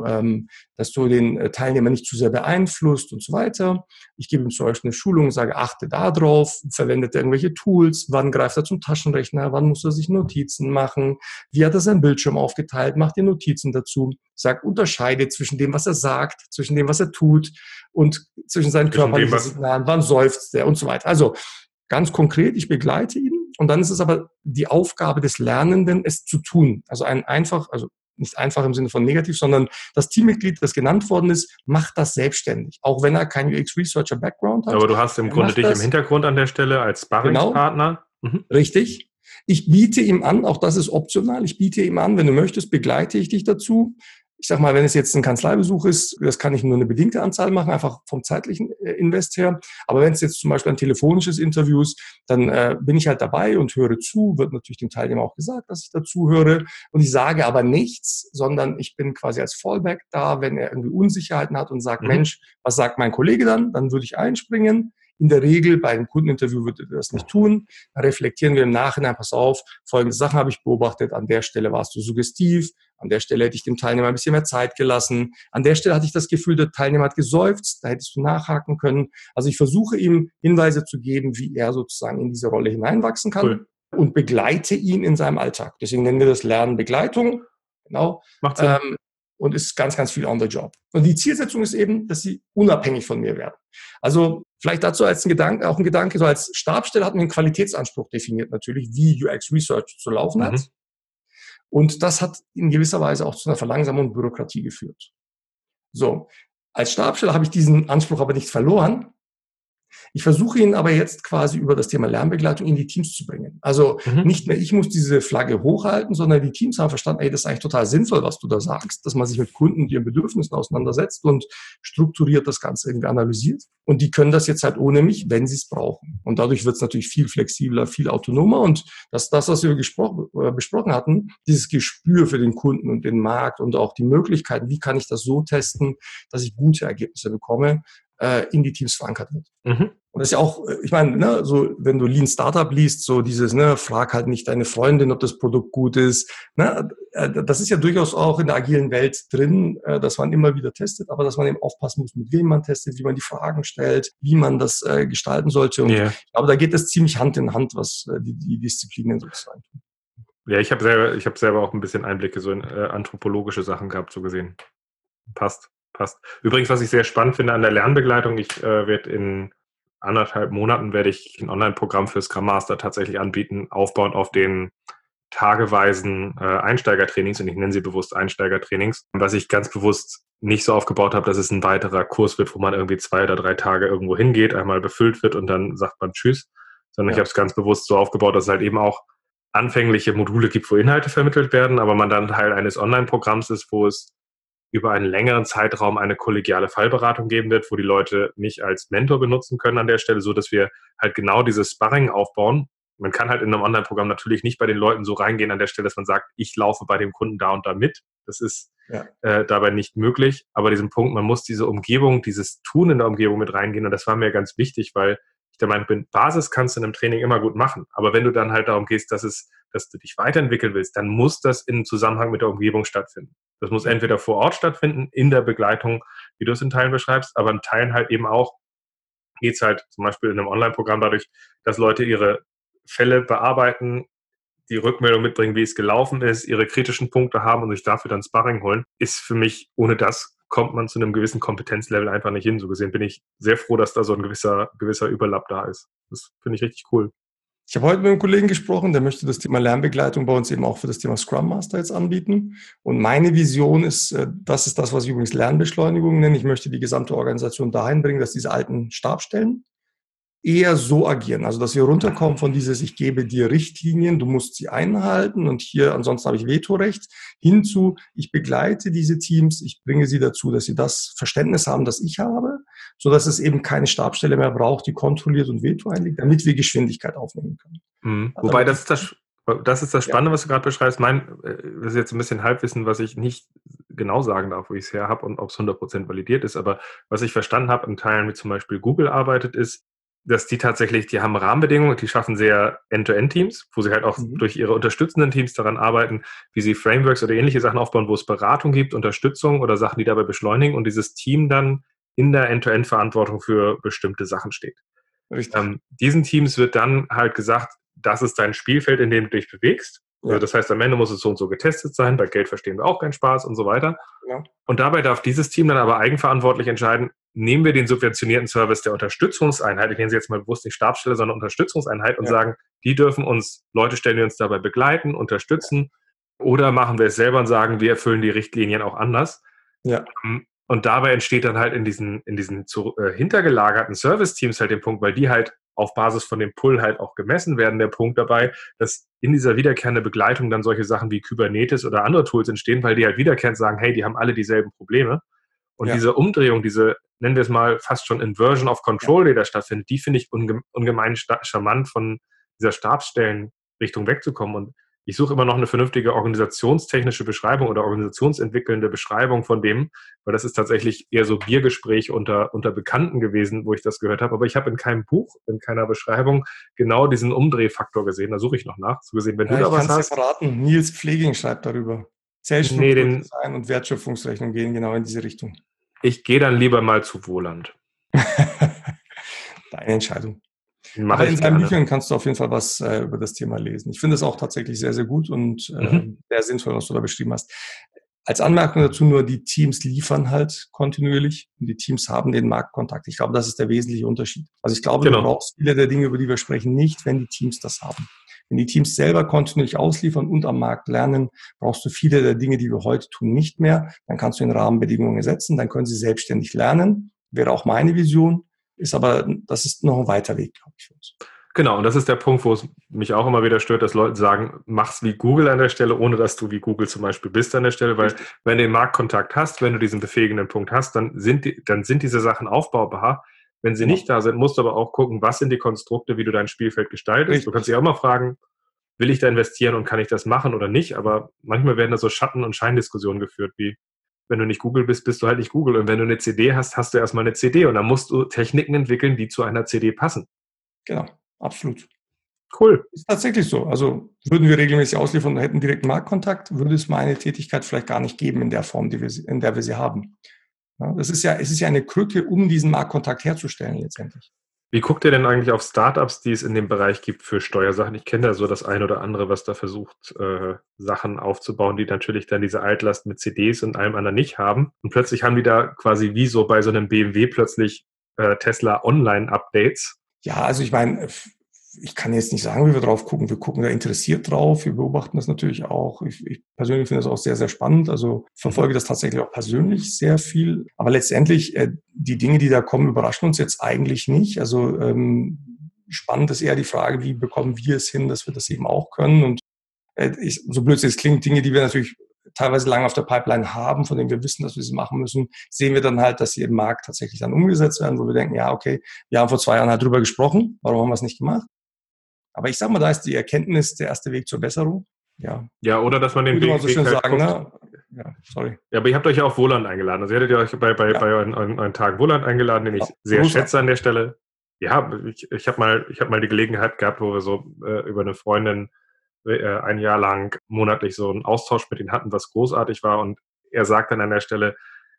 den Teilnehmer nicht zu sehr beeinflusst und so weiter. Ich gebe ihm zum Beispiel eine Schulung, sage, achte da drauf, verwendet er irgendwelche Tools, wann greift er zum Taschenrechner, wann muss er sich Notizen machen, wie hat er seinen Bildschirm aufgeteilt, macht dir Notizen dazu, sag, unterscheide zwischen dem, was er sagt, zwischen dem, was er tut und zwischen seinen körperlichen Signalen, wann seufzt er und so weiter. Also ganz konkret, ich begleite ihn. Und dann ist es aber die Aufgabe des Lernenden, es zu tun. Also nicht einfach im Sinne von negativ, sondern das Teammitglied, das genannt worden ist, macht das selbstständig. Auch wenn er keinen UX-Researcher-Background hat. Aber du hast im Grunde dich im Hintergrund an der Stelle als Sparringspartner. Genau. Richtig. Ich biete ihm an, auch das ist optional, ich biete ihm an, wenn du möchtest, begleite ich dich dazu. Ich sag mal, wenn es jetzt ein Kanzleibesuch ist, das kann ich nur eine bedingte Anzahl machen, einfach vom zeitlichen Invest her. Aber wenn es jetzt zum Beispiel ein telefonisches Interview ist, dann bin ich halt dabei und höre zu, wird natürlich dem Teilnehmer auch gesagt, dass ich dazu höre. Und ich sage aber nichts, sondern ich bin quasi als Fallback da, wenn er irgendwie Unsicherheiten hat und sagt, Mensch, was sagt mein Kollege dann? Dann würde ich einspringen. In der Regel bei einem Kundeninterview würde er das nicht tun. Da reflektieren wir im Nachhinein, pass auf, folgende Sachen habe ich beobachtet, an der Stelle warst du suggestiv, an der Stelle hätte ich dem Teilnehmer ein bisschen mehr Zeit gelassen, an der Stelle hatte ich das Gefühl, der Teilnehmer hat geseufzt, da hättest du nachhaken können. Also ich versuche ihm Hinweise zu geben, wie er sozusagen in diese Rolle hineinwachsen kann. Cool. und begleite ihn in seinem Alltag. Deswegen nennen wir das Lernbegleitung. Genau. Macht Sinn. Und ist ganz, ganz viel on the job. Und die Zielsetzung ist eben, dass sie unabhängig von mir werden. Also vielleicht dazu als auch ein Gedanke, so als Stabsstelle hatten wir einen Qualitätsanspruch definiert natürlich, wie UX Research zu laufen hat. Und das hat in gewisser Weise auch zu einer Verlangsamung und Bürokratie geführt. So, als Stabsstelle habe ich diesen Anspruch aber nicht verloren. Ich versuche ihn aber jetzt quasi über das Thema Lernbegleitung in die Teams zu bringen. Also nicht mehr ich muss diese Flagge hochhalten, sondern die Teams haben verstanden, ey, das ist eigentlich total sinnvoll, was du da sagst, dass man sich mit Kunden und ihren Bedürfnissen auseinandersetzt und strukturiert das Ganze irgendwie analysiert. Und die können das jetzt halt ohne mich, wenn sie es brauchen. Und dadurch wird es natürlich viel flexibler, viel autonomer. Und das, was wir besprochen hatten, dieses Gespür für den Kunden und den Markt und auch die Möglichkeiten, wie kann ich das so testen, dass ich gute Ergebnisse bekomme, in die Teams verankert wird. Und das ist ja auch, ich meine, ne, so wenn du Lean Startup liest, so dieses, ne, frag halt nicht deine Freundin, ob das Produkt gut ist. Ne, das ist ja durchaus auch in der agilen Welt drin, dass man immer wieder testet, aber dass man eben aufpassen muss, mit wem man testet, wie man die Fragen stellt, wie man das gestalten sollte. Und ich glaube, da geht das ziemlich Hand in Hand, was die Disziplinen sozusagen tun. Ja, ich habe selber auch ein bisschen Einblicke so in anthropologische Sachen gehabt, so gesehen. Passt. Übrigens, was ich sehr spannend finde an der Lernbegleitung, ich werde in 1,5 Monaten ein Online-Programm für Scrum Master tatsächlich anbieten, aufbauend auf den tageweisen Einsteigertrainings, und ich nenne sie bewusst Einsteigertrainings, was ich ganz bewusst nicht so aufgebaut habe, dass es ein weiterer Kurs wird, wo man irgendwie 2 oder 3 Tage irgendwo hingeht, einmal befüllt wird und dann sagt man Tschüss, sondern ich habe es ganz bewusst so aufgebaut, dass es halt eben auch anfängliche Module gibt, wo Inhalte vermittelt werden, aber man dann Teil eines Online-Programms ist, wo es über einen längeren Zeitraum eine kollegiale Fallberatung geben wird, wo die Leute mich als Mentor benutzen können an der Stelle, so dass wir halt genau dieses Sparring aufbauen. Man kann halt in einem Online-Programm natürlich nicht bei den Leuten so reingehen an der Stelle, dass man sagt, ich laufe bei dem Kunden da und da mit. Das ist dabei nicht möglich. Aber diesen Punkt, man muss diese Umgebung, dieses Tun in der Umgebung mit reingehen. Und das war mir ganz wichtig, weil ich der Meinung bin, Basis kannst du in einem Training immer gut machen. Aber wenn du dann halt darum gehst, dass du dich weiterentwickeln willst, dann muss das in Zusammenhang mit der Umgebung stattfinden. Das muss entweder vor Ort stattfinden, in der Begleitung, wie du es in Teilen beschreibst, aber in Teilen halt eben auch, geht es halt zum Beispiel in einem Online-Programm dadurch, dass Leute ihre Fälle bearbeiten, die Rückmeldung mitbringen, wie es gelaufen ist, ihre kritischen Punkte haben und sich dafür dann Sparring holen, ist für mich, ohne das kommt man zu einem gewissen Kompetenzlevel einfach nicht hin. So gesehen bin ich sehr froh, dass da so ein gewisser Überlapp da ist. Das finde ich richtig cool. Ich habe heute mit einem Kollegen gesprochen, der möchte das Thema Lernbegleitung bei uns eben auch für das Thema Scrum Master jetzt anbieten. Und meine Vision ist, das ist das, was ich übrigens Lernbeschleunigung nenne. Ich möchte die gesamte Organisation dahin bringen, dass diese alten Stabsstellen eher so agieren. Also, dass wir runterkommen von dieses, ich gebe dir Richtlinien, du musst sie einhalten und hier, ansonsten habe ich Vetorecht, hinzu, ich begleite diese Teams, ich bringe sie dazu, dass sie das Verständnis haben, das ich habe, so dass es eben keine Stabsstelle mehr braucht, die kontrolliert und Veto einlegt, damit wir Geschwindigkeit aufnehmen können. Also wobei, das ist das Spannende, was du gerade beschreibst. Das ist jetzt ein bisschen Halbwissen, was ich nicht genau sagen darf, wo ich es her habe und ob es 100% validiert ist. Aber was ich verstanden habe, in Teilen, wie zum Beispiel Google arbeitet, ist, dass die haben Rahmenbedingungen, die schaffen sehr End-to-End-Teams, wo sie halt auch durch ihre unterstützenden Teams daran arbeiten, wie sie Frameworks oder ähnliche Sachen aufbauen, wo es Beratung gibt, Unterstützung oder Sachen, die dabei beschleunigen und dieses Team dann in der End-to-End-Verantwortung für bestimmte Sachen steht. Diesen Teams wird dann halt gesagt, das ist dein Spielfeld, in dem du dich bewegst. Also das heißt, am Ende muss es so und so getestet sein, bei Geld verstehen wir auch keinen Spaß und so weiter. Ja. Und dabei darf dieses Team dann aber eigenverantwortlich entscheiden, nehmen wir den subventionierten Service der Unterstützungseinheit, ich nenne sie jetzt mal bewusst nicht Stabsstelle, sondern Unterstützungseinheit und sagen, die dürfen uns, Leute stellen, die uns dabei begleiten, unterstützen, oder machen wir es selber und sagen, wir erfüllen die Richtlinien auch anders. Ja. Und dabei entsteht dann halt in diesen hintergelagerten Service-Teams halt den Punkt, weil die halt auf Basis von dem Pull halt auch gemessen werden, der Punkt dabei, dass in dieser wiederkehrenden Begleitung dann solche Sachen wie Kubernetes oder andere Tools entstehen, weil die halt wiederkehrend sagen, hey, die haben alle dieselben Probleme. Und diese Umdrehung, diese, nennen wir es mal, fast schon Inversion of Control, die da stattfindet, die finde ich ungemein charmant, von dieser Stabsstellenrichtung wegzukommen. Und ich suche immer noch eine vernünftige organisationstechnische Beschreibung oder organisationsentwickelnde Beschreibung von dem, weil das ist tatsächlich eher so Biergespräch unter Bekannten gewesen, wo ich das gehört habe. Aber ich habe in keinem Buch, in keiner Beschreibung genau diesen Umdrehfaktor gesehen. Da suche ich noch nach. So gesehen, wenn du da was hast. Ich kann es dir verraten. Nils Pfleging schreibt darüber. Zellstrukturdesign und Wertschöpfungsrechnung gehen genau in diese Richtung. Ich gehe dann lieber mal zu Wohland. Deine Entscheidung. Mache Aber in ich seinen gerne. Büchern kannst du auf jeden Fall was über das Thema lesen. Ich finde es auch tatsächlich sehr, sehr gut und sehr sinnvoll, was du da beschrieben hast. Als Anmerkung dazu nur, die Teams liefern halt kontinuierlich und die Teams haben den Marktkontakt. Ich glaube, das ist der wesentliche Unterschied. Also ich glaube, du Genau. brauchst viele der Dinge, über die wir sprechen, nicht, wenn die Teams das haben. Wenn die Teams selber kontinuierlich ausliefern und am Markt lernen, brauchst du viele der Dinge, die wir heute tun, nicht mehr. Dann kannst du in Rahmenbedingungen setzen, dann können sie selbstständig lernen. Wäre auch meine Vision, das ist noch ein weiter Weg, glaube ich, für uns. Genau, und das ist der Punkt, wo es mich auch immer wieder stört, dass Leute sagen, mach's wie Google an der Stelle, ohne dass du wie Google zum Beispiel bist an der Stelle, weil wenn du den Marktkontakt hast, wenn du diesen befähigenden Punkt hast, dann sind diese Sachen aufbaubar. Wenn sie nicht da sind, musst du aber auch gucken, was sind die Konstrukte, wie du dein Spielfeld gestaltest. Richtig. Du kannst dich auch mal fragen, will ich da investieren und kann ich das machen oder nicht? Aber manchmal werden da so Schatten- und Scheindiskussionen geführt, wie wenn du nicht Google bist, bist du halt nicht Google. Und wenn du eine CD hast, hast du erstmal eine CD und dann musst du Techniken entwickeln, die zu einer CD passen. Genau, absolut. Cool. Ist tatsächlich so. Also würden wir regelmäßig ausliefern und hätten direkten Marktkontakt, würde es meine Tätigkeit vielleicht gar nicht geben in der Form, in der wir sie haben. Ja, es ist ja eine Krücke, um diesen Marktkontakt herzustellen letztendlich. Wie guckt ihr denn eigentlich auf Startups, die es in dem Bereich gibt für Steuersachen? Ich kenne da so das ein oder andere, was da versucht, Sachen aufzubauen, die natürlich dann diese Altlast mit CDs und allem anderen nicht haben. Und plötzlich haben die da quasi wie so bei so einem BMW plötzlich Tesla Online-Updates. Ja, also ich meine, ich kann jetzt nicht sagen, wie wir drauf gucken. Wir gucken da interessiert drauf. Wir beobachten das natürlich auch. Ich persönlich finde das auch sehr, sehr spannend. Also verfolge das tatsächlich auch persönlich sehr viel. Aber letztendlich, die Dinge, die da kommen, überraschen uns jetzt eigentlich nicht. Also spannend ist eher die Frage, wie bekommen wir es hin, dass wir das eben auch können. Und so blöd es klingt, Dinge, die wir natürlich teilweise lange auf der Pipeline haben, von denen wir wissen, dass wir sie machen müssen, sehen wir dann halt, dass sie im Markt tatsächlich dann umgesetzt werden, wo wir denken, ja, okay, wir haben vor 2 Jahren halt drüber gesprochen, warum haben wir es nicht gemacht? Aber ich sag mal, da ist die Erkenntnis der erste Weg zur Besserung. Ja, ja, oder dass man den Weg so schön halt sagen, guckt. ne? Ja, sorry. Ja, aber ihr habt euch ja auf Wohland eingeladen. Also ihr hattet ja euch bei euren Tagen Wohland eingeladen, den ich sehr schätze an der Stelle. Ja, ich hab mal die Gelegenheit gehabt, wo wir so über eine Freundin ein Jahr lang monatlich so einen Austausch mit ihnen hatten, was großartig war. Und er sagt dann an der Stelle,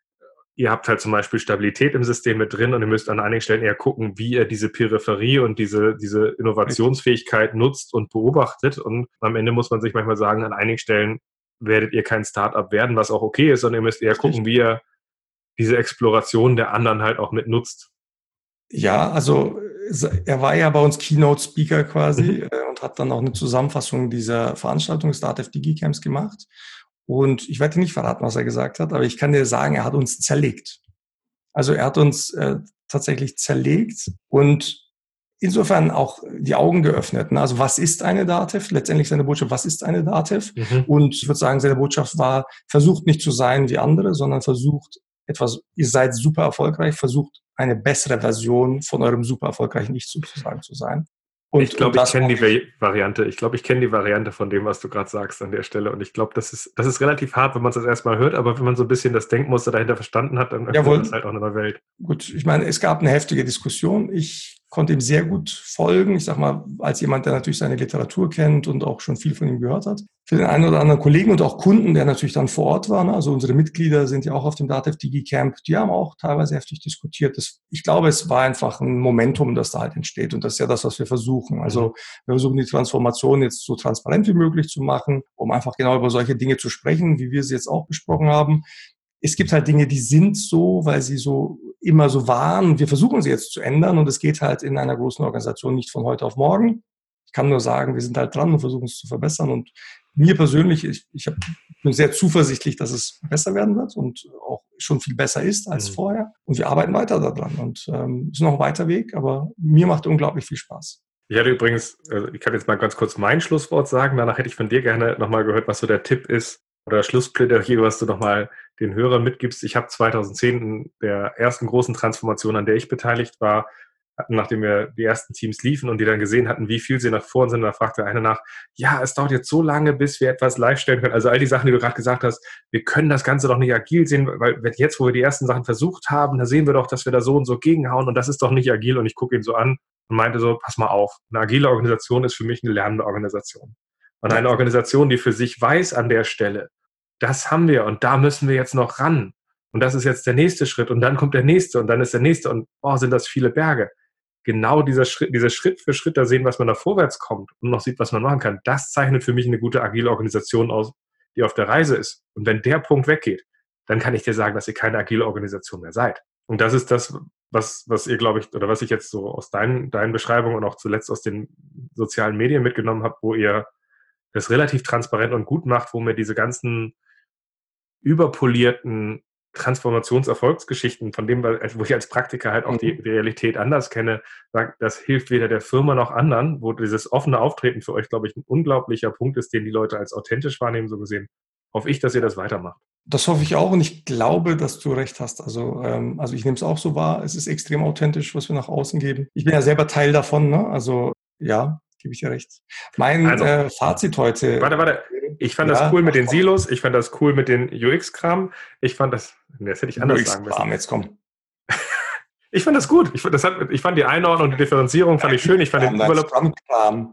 ihr habt halt zum Beispiel Stabilität im System mit drin und ihr müsst an einigen Stellen eher gucken, wie ihr diese Peripherie und diese Innovationsfähigkeit nutzt und beobachtet. Und am Ende muss man sich manchmal sagen, an einigen Stellen werdet ihr kein Startup werden, was auch okay ist, sondern ihr müsst eher gucken, wie ihr diese Exploration der anderen halt auch mit nutzt. Ja, also er war ja bei uns Keynote-Speaker quasi und hat dann auch eine Zusammenfassung dieser Veranstaltung des DATEV DigiCamps gemacht. Und ich werde dir nicht verraten, was er gesagt hat, aber ich kann dir sagen, er hat uns zerlegt. Also er hat uns tatsächlich zerlegt und insofern auch die Augen geöffnet. Ne? Also was ist eine DATEV? Letztendlich seine Botschaft, was ist eine DATEV? Und ich würde sagen, seine Botschaft war, versucht nicht zu sein wie andere, sondern versucht etwas, ihr seid super erfolgreich, versucht eine bessere Version von eurem super erfolgreichen Ich sozusagen zu sein. Und, ich glaube, ich kenne die Variante. Ich glaube, ich kenne die Variante von dem, was du gerade sagst an der Stelle. Und ich glaube, das ist relativ hart, wenn man es das erstmal hört. Aber wenn man so ein bisschen das Denkmuster dahinter verstanden hat, dann öffnet das halt auch eine neue Welt. Gut, ich meine, es gab eine heftige Diskussion. Ich konnte ihm sehr gut folgen. Ich sag mal, als jemand, der natürlich seine Literatur kennt und auch schon viel von ihm gehört hat. Für den einen oder anderen Kollegen und auch Kunden, der natürlich dann vor Ort war. Ne? Also unsere Mitglieder sind ja auch auf dem DATEV DigiCamp. Die haben auch teilweise heftig diskutiert. Ich glaube, es war einfach ein Momentum, das da halt entsteht. Und das ist ja das, was wir versuchen. Also wir versuchen die Transformation jetzt so transparent wie möglich zu machen, um einfach genau über solche Dinge zu sprechen, wie wir sie jetzt auch besprochen haben. Es gibt halt Dinge, die sind so, weil sie so immer so waren. Wir versuchen sie jetzt zu ändern und es geht halt in einer großen Organisation nicht von heute auf morgen. Ich kann nur sagen, wir sind halt dran und versuchen es zu verbessern. Und mir persönlich, ich bin sehr zuversichtlich, dass es besser werden wird und auch schon viel besser ist als vorher. Und wir arbeiten weiter daran. Und es ist noch ein weiter Weg, aber mir macht unglaublich viel Spaß. Ich hatte übrigens, ich kann jetzt mal ganz kurz mein Schlusswort sagen. Danach hätte ich von dir gerne nochmal gehört, was so der Tipp ist oder Schlussplädoyer, was du nochmal den Hörern mitgibst. Ich habe 2010 in der ersten großen Transformation, an der ich beteiligt war, nachdem wir die ersten Teams liefen und die dann gesehen hatten, wie viel sie nach vorn sind, da fragte einer nach, ja, es dauert jetzt so lange, bis wir etwas live stellen können. Also all die Sachen, die du gerade gesagt hast, wir können das Ganze doch nicht agil sehen, weil jetzt, wo wir die ersten Sachen versucht haben, da sehen wir doch, dass wir da so und so gegenhauen und das ist doch nicht agil. Und ich gucke ihn so an und meinte so, pass mal auf, eine agile Organisation ist für mich eine lernende Organisation. Und eine Organisation, die für sich weiß an der Stelle, das haben wir und da müssen wir jetzt noch ran. Und das ist jetzt der nächste Schritt und dann kommt der nächste und dann ist der nächste und sind das viele Berge. genau dieser Schritt für Schritt da sehen, was man da vorwärts kommt und noch sieht, was man machen kann, das zeichnet für mich eine gute agile Organisation aus, die auf der Reise ist. Und wenn der Punkt weggeht, dann kann ich dir sagen, dass ihr keine agile Organisation mehr seid. Und das ist das, was ihr, glaube ich, oder was ich jetzt so aus deinen Beschreibungen und auch zuletzt aus den sozialen Medien mitgenommen habe, wo ihr das relativ transparent und gut macht, wo mir diese ganzen überpolierten Transformationserfolgsgeschichten, von dem, wo ich als Praktiker halt auch die Realität anders kenne, sagt, das hilft weder der Firma noch anderen, wo dieses offene Auftreten für euch, glaube ich, ein unglaublicher Punkt ist, den die Leute als authentisch wahrnehmen, so gesehen. Hoffe ich, dass ihr das weitermacht. Das hoffe ich auch und ich glaube, dass du recht hast. Also ich nehme es auch so wahr. Es ist extrem authentisch, was wir nach außen geben. Ich bin ja selber Teil davon, ne? Also ja, gebe ich dir recht. Mein Fazit heute. Warte. Ich fand das cool mit den Silos. Ich fand das cool mit den UX-Kram. Ich fand das hätte ich anders sagen müssen. Jetzt komm. Ich fand das gut. Ich fand die Einordnung und die Differenzierung fand ich schön. Ich fand den Scrum-Kram.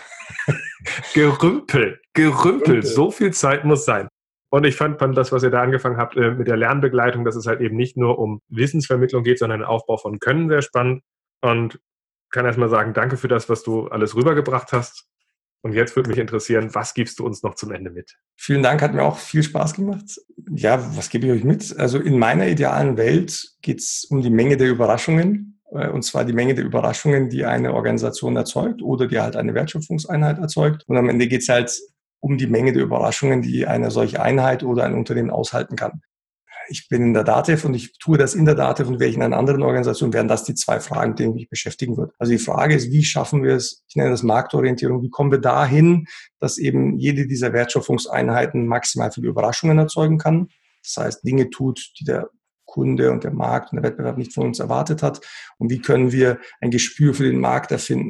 Gerümpel. So viel Zeit muss sein. Und ich fand das, was ihr da angefangen habt mit der Lernbegleitung, dass es halt eben nicht nur um Wissensvermittlung geht, sondern den Aufbau von Können, sehr spannend. Und kann erstmal sagen, danke für das, was du alles rübergebracht hast. Und jetzt würde mich interessieren, was gibst du uns noch zum Ende mit? Vielen Dank, hat mir auch viel Spaß gemacht. Ja, was gebe ich euch mit? Also in meiner idealen Welt geht es um die Menge der Überraschungen. Und zwar die Menge der Überraschungen, die eine Organisation erzeugt oder die halt eine Wertschöpfungseinheit erzeugt. Und am Ende geht es halt um die Menge der Überraschungen, die eine solche Einheit oder ein Unternehmen aushalten kann. Ich bin in der DATEV und ich tue das in der DATEV und wäre ich in einer anderen Organisation, wären das die zwei Fragen, mit denen ich mich beschäftigen würde. Also die Frage ist, wie schaffen wir es, ich nenne das Marktorientierung, wie kommen wir dahin, dass eben jede dieser Wertschöpfungseinheiten maximal viele Überraschungen erzeugen kann. Das heißt, Dinge tut, die der Kunde und der Markt und der Wettbewerb nicht von uns erwartet hat. Und wie können wir ein Gespür für den Markt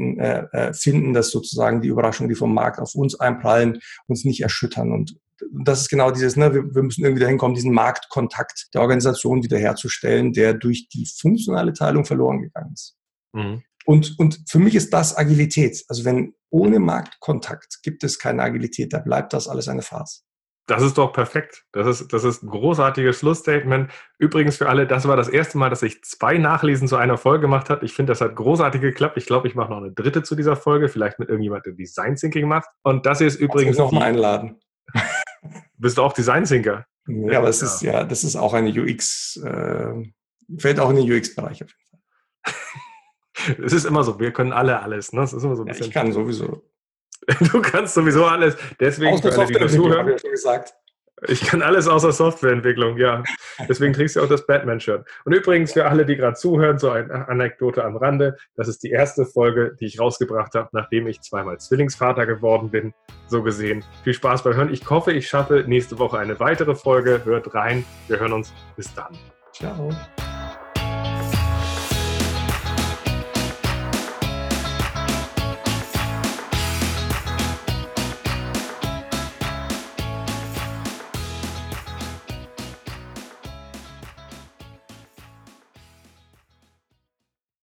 finden, dass sozusagen die Überraschungen, die vom Markt auf uns einprallen, uns nicht erschüttern. Und das ist genau dieses, wir müssen irgendwie dahin kommen, diesen Marktkontakt der Organisation wiederherzustellen, der durch die funktionale Teilung verloren gegangen ist. Mhm. Und für mich ist das Agilität. Also wenn ohne Marktkontakt gibt es keine Agilität, da bleibt das alles eine Farce. Das ist doch perfekt. Das ist ein großartiges Schlussstatement. Übrigens für alle, das war das erste Mal, dass ich 2 Nachlesen zu einer Folge gemacht habe. Ich finde, das hat großartig geklappt. Ich glaube, ich mache noch eine 3. zu dieser Folge, vielleicht mit irgendjemand, der Design Thinking macht. Und das hier ist übrigens... noch mal einladen. Bist du auch Design Thinker? Ja, aber das ist auch eine UX, fällt auch in den UX-Bereich auf jeden Fall. Es ist immer so, wir können alle alles. Ne? Es ist immer so ein bisschen. Ich kann sowieso. Du kannst sowieso alles. Deswegen für alle, die da zuhören. Ja gesagt. Ich kann alles außer Softwareentwicklung, ja. Deswegen trägst du auch das Batman-Shirt. Und übrigens für alle, die gerade zuhören, so eine Anekdote am Rande. Das ist die erste Folge, die ich rausgebracht habe, nachdem ich 2-mal Zwillingsvater geworden bin. So gesehen. Viel Spaß beim Hören. Ich hoffe, ich schaffe nächste Woche eine weitere Folge. Hört rein. Wir hören uns. Bis dann. Ciao.